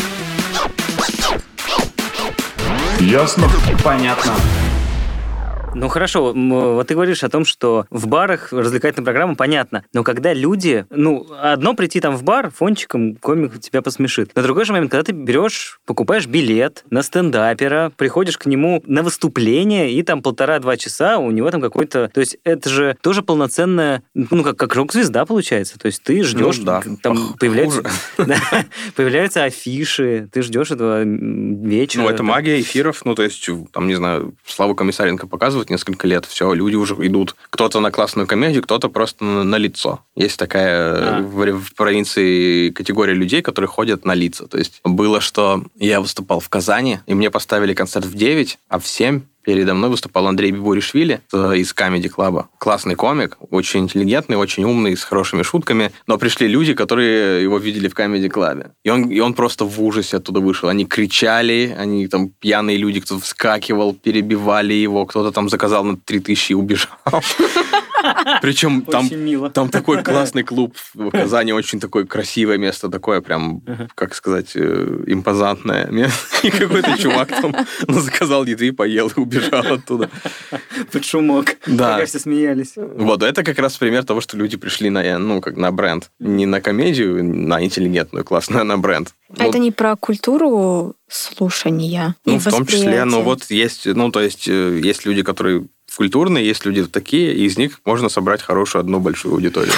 Ясно? Понятно. Ну хорошо, вот ты говоришь о том, что в барах развлекательная программа, понятно, но когда люди, ну, одно прийти там в бар, фончиком комик тебя посмешит. На другой же момент, когда ты берешь, покупаешь билет на стендапера, приходишь к нему на выступление, и там полтора-два часа у него там какой-то... То есть это же тоже полноценная, ну, как, как рок-звезда получается. То есть ты ждешь, ну, да. там Ох, появляются, да, появляются афиши, ты ждешь этого вечера. Ну, это магия эфиров, ну, то есть, там, не знаю, Славу Комиссаренко показывают несколько лет, все, люди уже идут. Кто-то на классную комедию, кто-то просто на, на лицо. Есть такая а. в, в провинции категория людей, которые ходят на лица. То есть было, что я выступал в Казани, и мне поставили концерт в девять, а в семь передо мной выступал Андрей Бибуришвили из Comedy Club. Классный комик, очень интеллигентный, очень умный, с хорошими шутками. Но пришли люди, которые его видели в Comedy Club. И он, и он просто в ужасе оттуда вышел. Они кричали, они там пьяные люди, кто-то вскакивал, перебивали его, кто-то там заказал на три тысячи и убежал. Причем там, там такой классный клуб в Казани, очень такое красивое место, такое прям, как сказать, импозантное место. И какой-то чувак там заказал еды, поел и убежал оттуда. Под шумок. Да. Когда все смеялись. Вот, это как раз пример того, что люди пришли на, ну, как на бренд. Не на комедию, на интеллигентную, классную, а на бренд. А вот. Это не про культуру слушания ну, и в том числе, ну, вот есть, ну, то есть, есть люди, которые культурные, есть люди такие, и из них можно собрать хорошую одну большую аудиторию.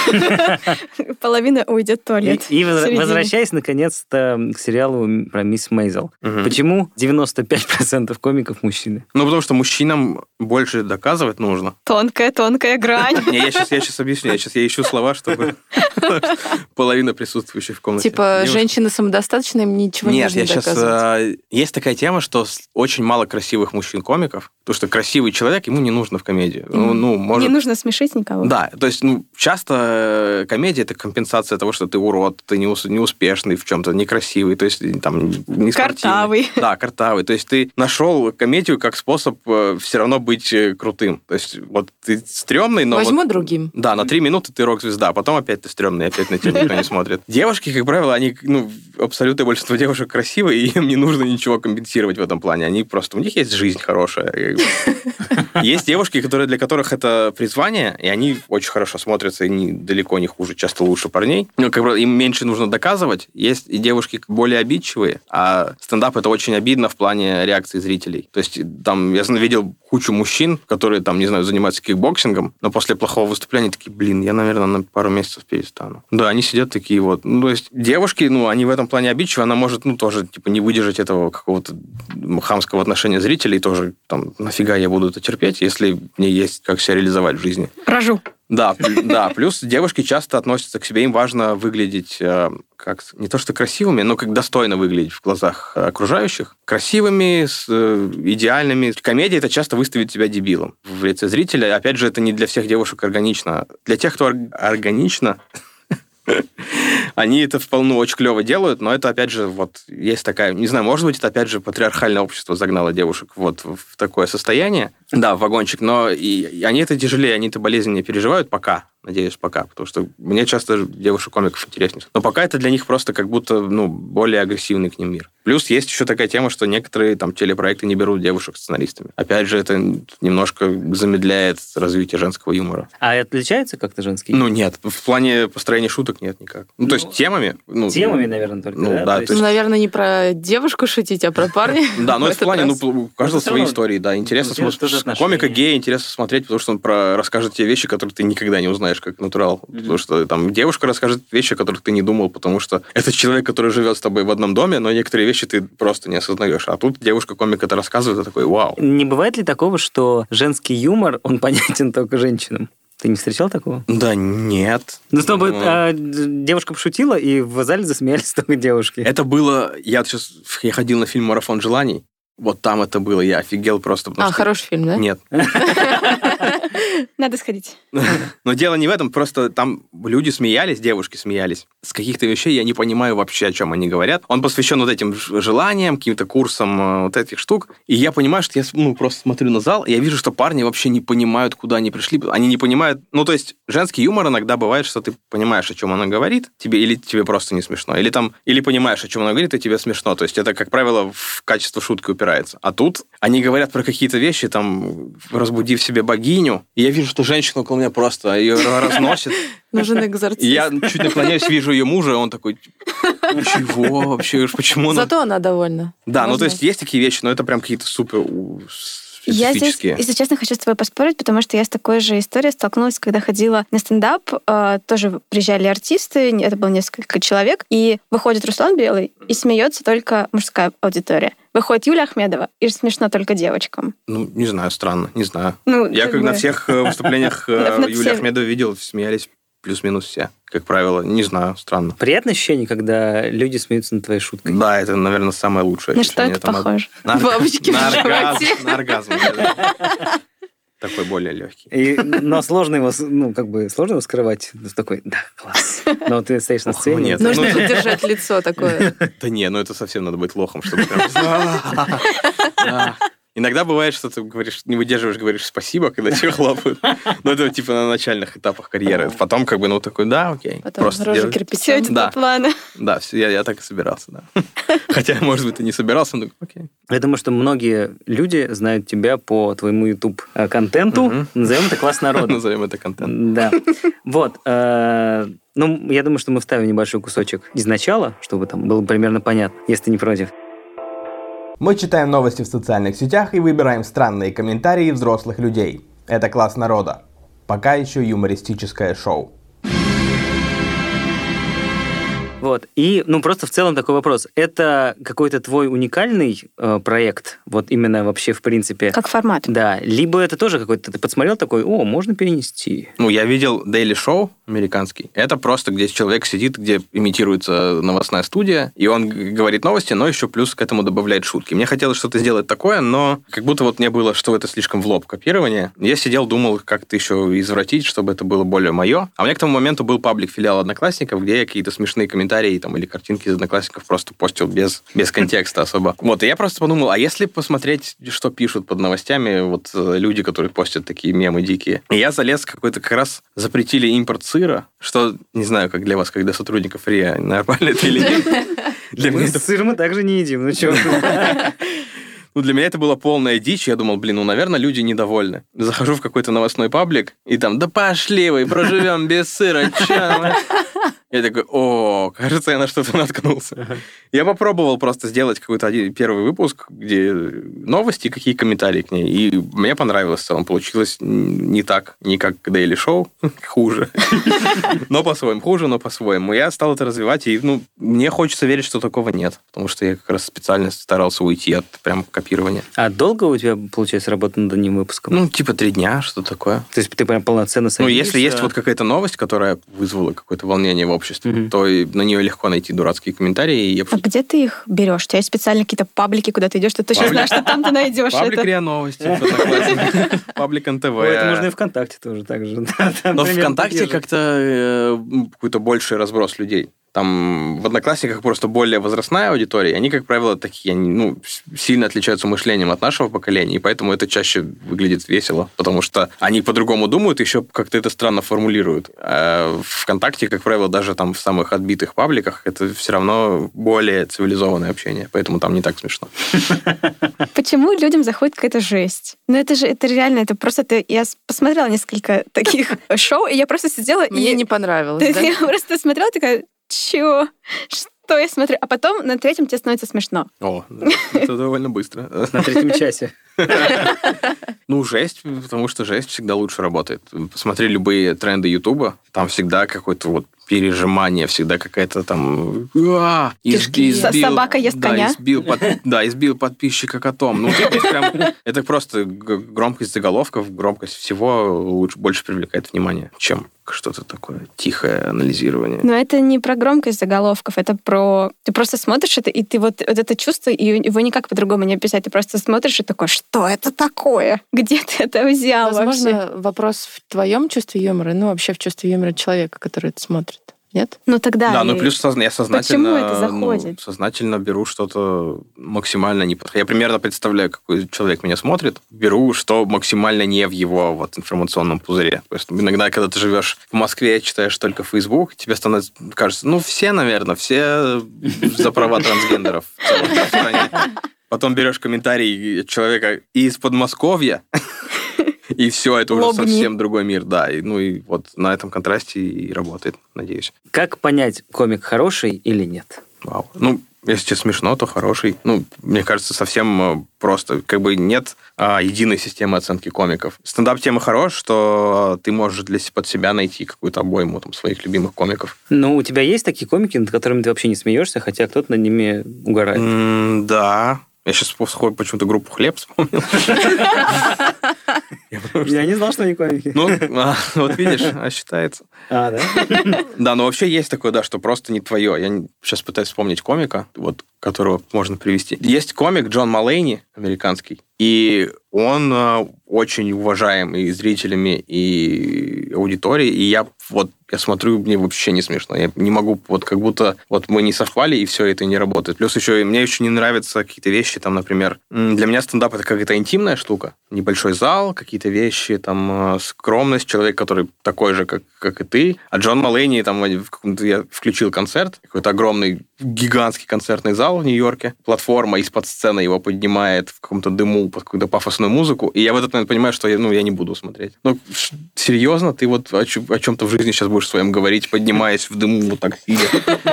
Половина уйдет в туалет. И, и возвращаясь, наконец-то, к сериалу про мисс Мейзел. Угу. Почему девяносто пять процентов комиков мужчины? Ну, потому что мужчинам больше доказывать нужно. Тонкая-тонкая грань. Не, я сейчас, я сейчас объясню. Я сейчас я ищу слова, чтобы половина присутствующих в комнате. Типа, женщины самодостаточные, им ничего не нужно доказывать. Нет, я сейчас... Есть такая тема, что очень мало красивых мужчин-комиков, потому что красивый человек, ему не нужно в комедию. Ну, ну, может... Не нужно смешить никого. Да, то есть ну, часто комедия – это компенсация того, что ты урод, ты неуспешный в чем-то, некрасивый, то есть там не картавый. Да, картавый. То есть ты нашел комедию как способ все равно быть крутым. То есть вот ты стрёмный, но... Возьму вот, другим. Да, на три минуты ты рок-звезда, а потом опять ты стрёмный, опять на тебя никто не смотрит. Девушки, как правило, они, ну, абсолютное большинство девушек красивые, и им не нужно ничего компенсировать в этом плане. Они просто... У них есть жизнь хорошая. Есть девушки, которые, для которых это призвание, и они очень хорошо смотрятся, и они далеко не хуже, часто лучше парней. Ну, как бы им меньше нужно доказывать. Есть и девушки более обидчивые, а стендап это очень обидно в плане реакции зрителей. То есть там я видел кучу мужчин, которые там, не знаю, занимаются кикбоксингом, но после плохого выступления такие, блин, я, наверное, на пару месяцев перестану. Да, они сидят такие вот. Ну, то есть девушки, ну, они в этом плане обидчивы, она может, ну, тоже, типа, не выдержать этого какого-то хамского отношения зрителей, тоже, там, нафига я буду это терпеть, если мне есть как себя реализовать в жизни. Рожу. Да, да, плюс девушки часто относятся к себе, им важно выглядеть э, как не то что красивыми, но как достойно выглядеть в глазах окружающих. Красивыми, с, э, идеальными. Комедия – это часто выставит тебя дебилом в лице зрителя. Опять же, это не для всех девушек органично. Для тех, кто органично... Они это вполне очень клево делают, но это, опять же, вот есть такая... Не знаю, может быть, это, опять же, патриархальное общество загнало девушек вот в такое состояние. Да, в вагончик, но и, и они это тяжелее, они это болезненнее переживают пока. Надеюсь, пока, потому что мне часто девушек-комиков интереснее. Но пока это для них просто как будто, ну, более агрессивный к ним мир. Плюс есть еще такая тема, что некоторые там телепроекты не берут девушек сценаристами. Опять же, это немножко замедляет развитие женского юмора. А отличается как-то женский юмор? Ну, нет. В плане построения шуток нет никак. Ну, ну то есть темами... Ну, темами, наверное, только, ну, да? да то есть... Ну, наверное, не про девушку шутить, а про парня. Да, но в плане, ну, у каждого свои истории, да. Интересно смотреть. Комика гея интересно смотреть, потому что он расскажет тебе вещи, которые ты никогда не узнаешь, как натурал. Потому что там девушка расскажет вещи, о которых ты не думал, потому что это человек, который живет с тобой в одном доме, но некоторые вещи ты просто не осознаешь. А тут девушка-комик это рассказывает, и такой, вау. Не бывает ли такого, что женский юмор, он понятен только женщинам? Ты не встречал такого? Да нет. Ну, чтобы ну... а, девушка пошутила, и в зале засмеялись только девушки. Это было... Я сейчас я ходил на фильм «Марафон желаний». Вот там это было, я офигел просто. А, что... хороший фильм, да? Нет. Надо сходить. Но дело не в этом, просто там люди смеялись, девушки смеялись. С каких-то вещей я не понимаю вообще, о чем они говорят. Он посвящен вот этим желаниям, каким-то курсам вот этих штук. И я понимаю, что я ну, просто смотрю на зал, и я вижу, что парни вообще не понимают, куда они пришли. Они не понимают... Ну, то есть, женский юмор иногда бывает, что ты понимаешь, о чем она говорит, тебе или тебе просто не смешно. Или там, или понимаешь, о чем она говорит, и тебе смешно. То есть, это, как правило, в качество шутки упирается. А тут они говорят про какие-то вещи, там, разбуди в себе богиню, и я вижу, что женщина около меня просто ее разносит. Нужен экзорцист. Я чуть наклоняюсь, вижу ее мужа, и он такой, чего вообще, почему? Зато она довольна. Да, ну то есть есть такие вещи, но это прям какие-то супер Я здесь, специфические. если честно, хочу с тобой поспорить, потому что я с такой же историей столкнулась, когда ходила на стендап. Э, тоже приезжали артисты, это было несколько человек, и выходит Руслан Белый, и смеется только мужская аудитория. Выходит Юлия Ахмедова, и смешно только девочкам. Ну, не знаю, странно, не знаю. Ну, Я как бы... на всех выступлениях Над Юлии всеми. Ахмедовой видел, смеялись плюс-минус все, как правило. Не знаю, странно. Приятное ощущение, когда люди смеются над твоей шуткой. Да, это, наверное, самое лучшее На что ощущение. это похоже? На, Бабочки в на оргазм, животе. на оргазм. да. Такой более легкий. И, но сложно его, с- ну, как бы, сложно его скрывать. Ты такой, да, класс. Но ты стоишь на Ох, сцене. нет. Нужно Ну, поддержать лицо такое. Да не, ну это совсем надо быть лохом, чтобы прям... Да. Иногда бывает, что ты говоришь, не выдерживаешь, говоришь спасибо, когда тебе хлопают. Но это типа на начальных этапах карьеры. Потом как бы, ну такой, да, окей. Потом Просто рожа делай. Все кирпичом. это Да. по плану. Да, все, я, я так и собирался, да. Хотя, может быть, и не собирался, но окей. Я думаю, что многие люди знают тебя по твоему YouTube-контенту. Мгм. Назовем это «Класс народа». Назовем это контент. Да. Вот. э, Ну, я думаю, что мы вставим небольшой кусочек из начала, чтобы там было примерно понятно, если ты не против. Мы читаем новости в социальных сетях и выбираем странные комментарии взрослых людей. Это «Класс народа». Пока еще юмористическое шоу. Вот. И, ну, просто в целом такой вопрос. Это какой-то твой уникальный э, проект? Вот именно вообще, в принципе... Как формат. Да. Либо это тоже какой-то... Ты подсмотрел такой, о, можно перенести. Ну, я видел Daily Show американский. Это просто, где человек сидит, где имитируется новостная студия, и он г- говорит новости, но еще плюс к этому добавляет шутки. Мне хотелось что-то сделать такое, но как будто вот мне было, что это слишком в лоб копирование. Я сидел, думал, как-то еще извратить, чтобы это было более мое. А у меня к тому моменту был паблик-филиал Одноклассников, где я какие-то смешные комментарии там, или картинки из Одноклассников просто постил без, без контекста особо. Вот, и я просто подумал, а если посмотреть, что пишут под новостями вот э, люди, которые постят такие мемы дикие. И я залез какой-то, как раз запретили импорт сыра, что, не знаю, как для вас, как для сотрудников РИА, нормально это или нет. Для меня Мы это сыр мы также не едим. Ну, чего? Ну, для меня это была полная дичь. Я думал, блин, ну, наверное, люди недовольны. Захожу в какой-то новостной паблик, и там, да пошли вы, проживем без сыра, чё вы?» Я такой, о, кажется, я на что-то наткнулся. Я попробовал просто сделать какой-то один, первый выпуск, где новости, какие комментарии к ней. И мне понравилось в целом. Получилось не так, не как Daily Show, хуже. Но по-своему. Хуже, но по-своему. Я стал это развивать, и ну, мне хочется верить, что такого нет. Потому что я как раз специально старался уйти от прям копирования. А долго у тебя, получается, работа над одним выпуском? Ну, типа три дня, что такое. То есть ты прям полноценно Ну, садишься? если есть вот какая-то новость, которая вызвала какое-то волнение в обществе, Мгм. то и на нее легко найти дурацкие комментарии. И я А просто... где ты их берешь? У тебя есть специально какие-то паблики, куда ты идешь, что ты точно Паблик. знаешь, что там ты найдешь Паблик это. РИА Новости, в Одноклассниках, паблик эн тэ вэ. Ой, это можно и ВКонтакте тоже так же. Да, там Но примерно ВКонтакте такие же. как-то э, м, какой-то больший разброс людей. Там в Одноклассниках просто более возрастная аудитория, и они, как правило, такие, они, ну, с- сильно отличаются мышлением от нашего поколения, и поэтому это чаще выглядит весело, потому что они по-другому думают, еще как-то это странно формулируют. А в ВКонтакте, как правило, даже там в самых отбитых пабликах, это все равно более цивилизованное общение, поэтому там не так смешно. Почему людям заходит какая-то жесть? Ну это же, это реально, это просто... ты- Я с- посмотрела несколько таких шоу, и я просто сидела Мне и... не понравилось, Ты- да? Я просто смотрела, такая, чё? Что я смотрю? А потом на третьем тебе становится смешно. О, это довольно быстро. На третьем часе. Ну, жесть, потому что жесть всегда лучше работает. Посмотри любые тренды Ютуба, там всегда какое-то вот пережимание, всегда какая-то там... «А, из- Кишки. избил- С- собака ест да, коня. избил под- да, избил подписчика котом. Ну, это прям... Это просто г- громкость заголовков, громкость всего лучше, больше привлекает внимание, чем что-то такое тихое анализирование. Но это не про громкость заголовков, это про... Ты просто смотришь это, и ты вот, вот это чувство, и его никак по-другому не описать. Ты просто смотришь и такой, что это такое? Где ты это взял вообще? Возможно, вопрос в твоем чувстве юмора, ну, вообще в чувстве юмора человека, который это смотрит. Нет? Ну тогда... Да, и- ну плюс созна- я сознательно, Почему это заходит? ну, сознательно беру что-то максимально не подходящее. Я примерно представляю, какой человек меня смотрит, беру, что максимально не в его вот, информационном пузыре. То есть иногда, когда ты живешь в Москве, читаешь только Facebook, тебе становится, кажется, ну все, наверное, все за права трансгендеров в целом в стране. Потом берешь комментарий человека из Подмосковья, и все, это уже Лобни. совсем другой мир, да. И, ну и вот на этом контрасте и работает, надеюсь. Как понять, комик хороший или нет? Вау. Ну, если тебе смешно, то хороший. Ну, мне кажется, совсем э, просто. Как бы нет а, единой системы оценки комиков. Стендап тема хорош, что ты можешь для с- под себя найти какую-то обойму там, своих любимых комиков. Ну, у тебя есть такие комики, над которыми ты вообще не смеешься, хотя кто-то над ними угорает? М, Да. Я сейчас почему-то группу «Хлеб» вспомнил. Я потому что- Я не знал, что они комики. Ну, а, вот видишь, а считается. А, да? Да, но вообще есть такое, да, что просто не твое. Я не- сейчас пытаюсь вспомнить комика, вот, которого можно привести. Есть комик Джон Малейни, американский, и он э, очень уважаем и зрителями, и аудиторией, и я вот я смотрю, мне вообще не смешно. Я не могу, вот как будто вот мы не совпали, и все это не работает. Плюс еще и мне еще не нравятся какие-то вещи, там, например, м, для меня стендап это какая-то интимная штука. Небольшой зал, какие-то вещи, там, э, скромность, человек, который такой же, как, как и ты. А Джон Малейни, там, в каком-то я включил концерт, какой-то огромный, гигантский концертный зал в Нью-Йорке. Платформа из-под сцены его поднимает в каком-то дыму под какую-то пафосную музыку. И я в этот момент понимаю, что я, ну, я не буду смотреть. Ну, ш- серьезно? Ты вот о, чё- о чем-то в жизни сейчас будешь своем говорить, поднимаясь в дыму вот так сидя?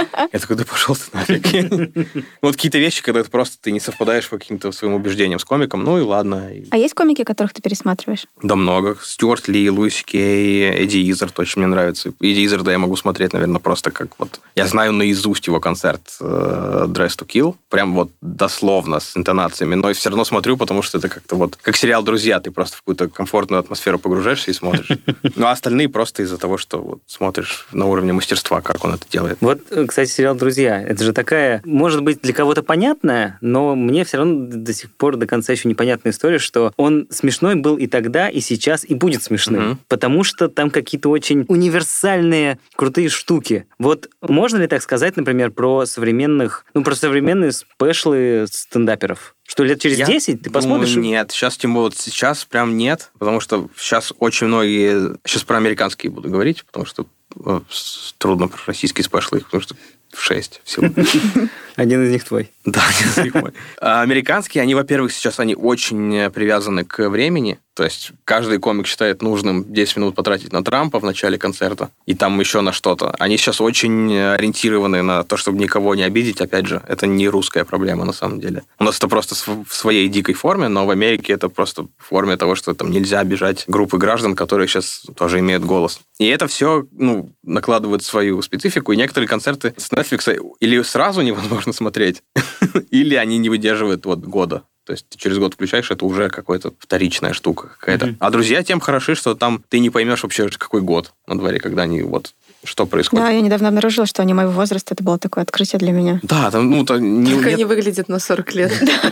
Я такой, да пошел ты нафиг. Вот какие-то вещи, когда ты просто ты не совпадаешь по каким-то своим убеждениям с комиком, ну и ладно. И- А есть комики, которых ты пересматриваешь? Да много. Стюарт Ли, Луис Кей, Эдди Иззард очень мне нравится. Эдди Иззарда я могу смотреть, наверное, просто как вот... Я знаю наизусть его концерт э, Dress to Kill, прям вот дословно, с интонациями, но все равно смотрю, потому что это как-то вот... Как сериал «Друзья», ты просто в какую-то комфортную атмосферу погружаешься и смотришь. Ну, а остальные просто из-за того, что вот смотришь на уровне мастерства, как он это делает. Вот, э, кстати, сериал «Друзья». Это же такая, может быть, для кого-то понятная, но мне все равно до сих пор до конца еще непонятная история, что он смешной был и тогда, и сейчас, и будет смешным. Мгм. Потому что там какие-то очень универсальные, крутые штуки. Вот можно ли так сказать, например, про современных, ну, про современные спешлы стендаперов? Что лет через Я десять ты посмотришь... думаю, нет, сейчас, тем более, вот сейчас прям нет, потому что сейчас очень многие... Сейчас про американские буду говорить, потому что э, с- трудно про российские спешлы, потому что в шесть всего. Один из них твой. Да, один из них мой. А американские, они, во-первых, сейчас они очень привязаны к времени. То есть каждый комик считает нужным десять минут потратить на Трампа в начале концерта и там еще на что-то. Они сейчас очень ориентированы на то, чтобы никого не обидеть. Опять же, это не русская проблема на самом деле. У нас это просто св- в своей дикой форме, но в Америке это просто в форме того, что там нельзя обижать группы граждан, которые сейчас тоже имеют голос. И это все, ну, накладывает свою специфику. И некоторые концерты с Netflix или сразу невозможно смотреть, или они не выдерживают вот года. То есть ты через год включаешь, это уже какая-то вторичная штука какая-то. Мгм. А «Друзья» тем хороши, что там ты не поймешь вообще, какой год на дворе, когда они вот... Что происходит. Да, я недавно обнаружила, что они моего возраста. Это было такое открытие для меня. Да, там, ну, там, не- Как нет, они выглядят на сорок лет.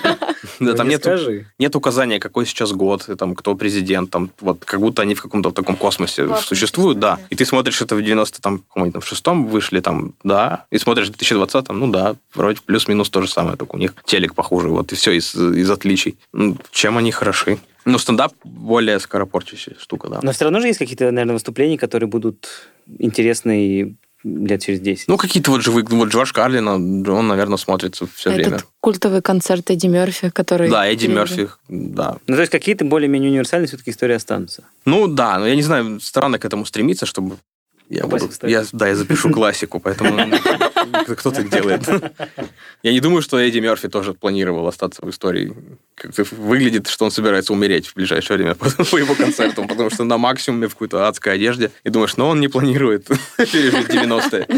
да, там Не нет, скажи. нет указания, какой сейчас год, и там, кто президент, там, вот, как будто они в каком-то таком космосе Классно, существуют, да. да. И ты смотришь это в девяносто, там, каком-нибудь там, в шестом вышли, там, да, и смотришь в две тысячи двадцатом, ну да, вроде плюс-минус то же самое, только у них телек похуже, вот, и все из, из отличий. Ну, чем они хороши? Ну, стендап более скоропорчащая штука, да. Но все равно же есть какие-то, наверное, выступления, которые будут интересны и лет через десять. Ну, какие-то вот живые, вот Джордж Карлин, он, наверное, смотрится все время. Этот культовый концерт Эдди Мерфи, который... Да, Эдди перевели. Мерфи, да. Ну, то есть какие-то более-менее универсальные все-таки истории останутся. Ну, да, но я не знаю, странно к этому стремиться, чтобы... Я, Попасть буду- в статью. я, да, я запишу классику, поэтому кто так делает. Я не думаю, что Эдди Мерфи тоже планировал остаться в истории. Как-то выглядит, что он собирается умереть в ближайшее время по по его концертам, потому что на максимуме в какой-то адской одежде. И думаешь, ну он не планирует пережить девяностые.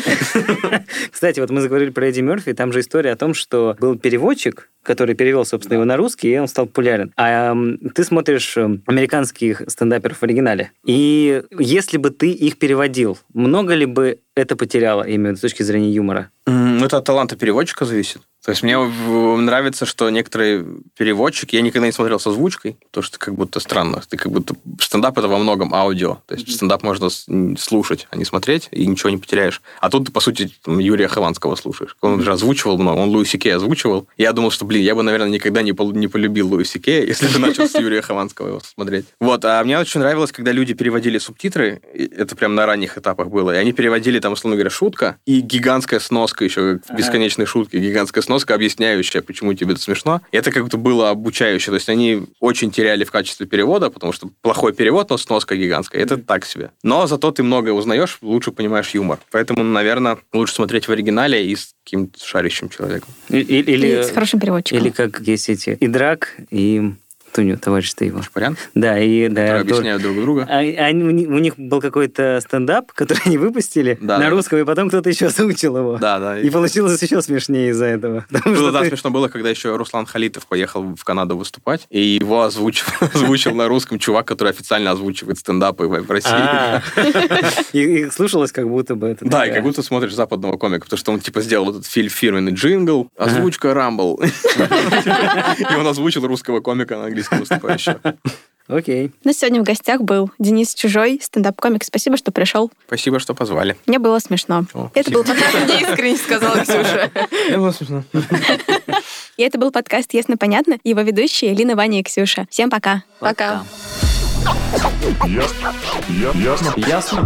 Кстати, вот мы заговорили про Эдди Мерфи, там же история о том, что был переводчик, который перевел, собственно, его на русский, и он стал популярен. А эм, ты смотришь эм, американских стендаперов в оригинале, и если бы ты их переводил, много ли бы это потеряло, именно с точки зрения юмора? М, Это от таланта переводчика зависит. То есть мне нравится, что некоторые переводчики, я никогда не смотрел с озвучкой, потому что как будто странно. Ты как будто стендап это во многом аудио. То есть mm-hmm. стендап можно слушать, а не смотреть, и ничего не потеряешь. А тут ты, по сути, там, Юрия Хованского слушаешь. Он mm-hmm. же озвучивал много, он Луи Си Кей озвучивал. Я думал, что, блин, я бы, наверное, никогда не, пол- не полюбил Луи Си Кея, если бы начал с Юрия Хованского его смотреть. Вот, а мне очень нравилось, когда люди переводили субтитры, это прям на ранних этапах было, и они переводили, там, условно говоря, шутка, и гигантская сноска еще, в бесконечной шутке, гигантская сноска, объясняющая, почему тебе это смешно. И это как будто было обучающе. То есть они очень теряли в качестве перевода, потому что плохой перевод, но сноска гигантская. Это так себе. Но зато ты многое узнаешь, лучше понимаешь юмор. Поэтому, наверное, лучше смотреть в оригинале и с каким-то шарящим человеком. Или, или, или с хорошим переводчиком. Или как есть эти и Драк, и... Туню, товарищ-то его. Шпарян? Да, и... Да, которые объясняют друг друга. А, они, у них был какой-то стендап, который они выпустили да, на да. русском, и потом кто-то еще озвучил его. Да, да. И получилось еще смешнее из-за этого. Было, да, ты... смешно было, когда еще Руслан Халитов поехал в Канаду выступать, и его озвучил, озвучил на русском чувак, который официально озвучивает стендапы в России. И слушалось как будто бы это. Да, и как будто смотришь западного комика, потому что он типа сделал этот фирменный джингл, озвучка Рамбл. И он озвучил русского комика на английском выступающего. Окей. У нас сегодня в гостях был Денис Чужой, стендап-комик. Спасибо, что пришел. Спасибо, что позвали. Мне было смешно. О, это был подкаст, неискренне сказала Ксюша. Мне было смешно. И это был подкаст «Ясно-понятно». Его ведущие Лина, Ваня и Ксюша. Всем пока. Пока. Ясно. Ясно. Ясно.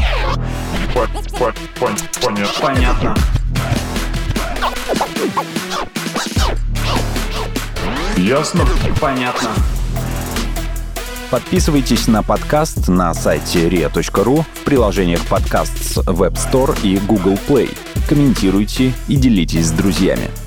Понятно. Понятно. Ясно. Понятно. Подписывайтесь на подкаст на сайте риа точка ру, в приложениях подкаст с Web Store и Google Play. Комментируйте и делитесь с друзьями.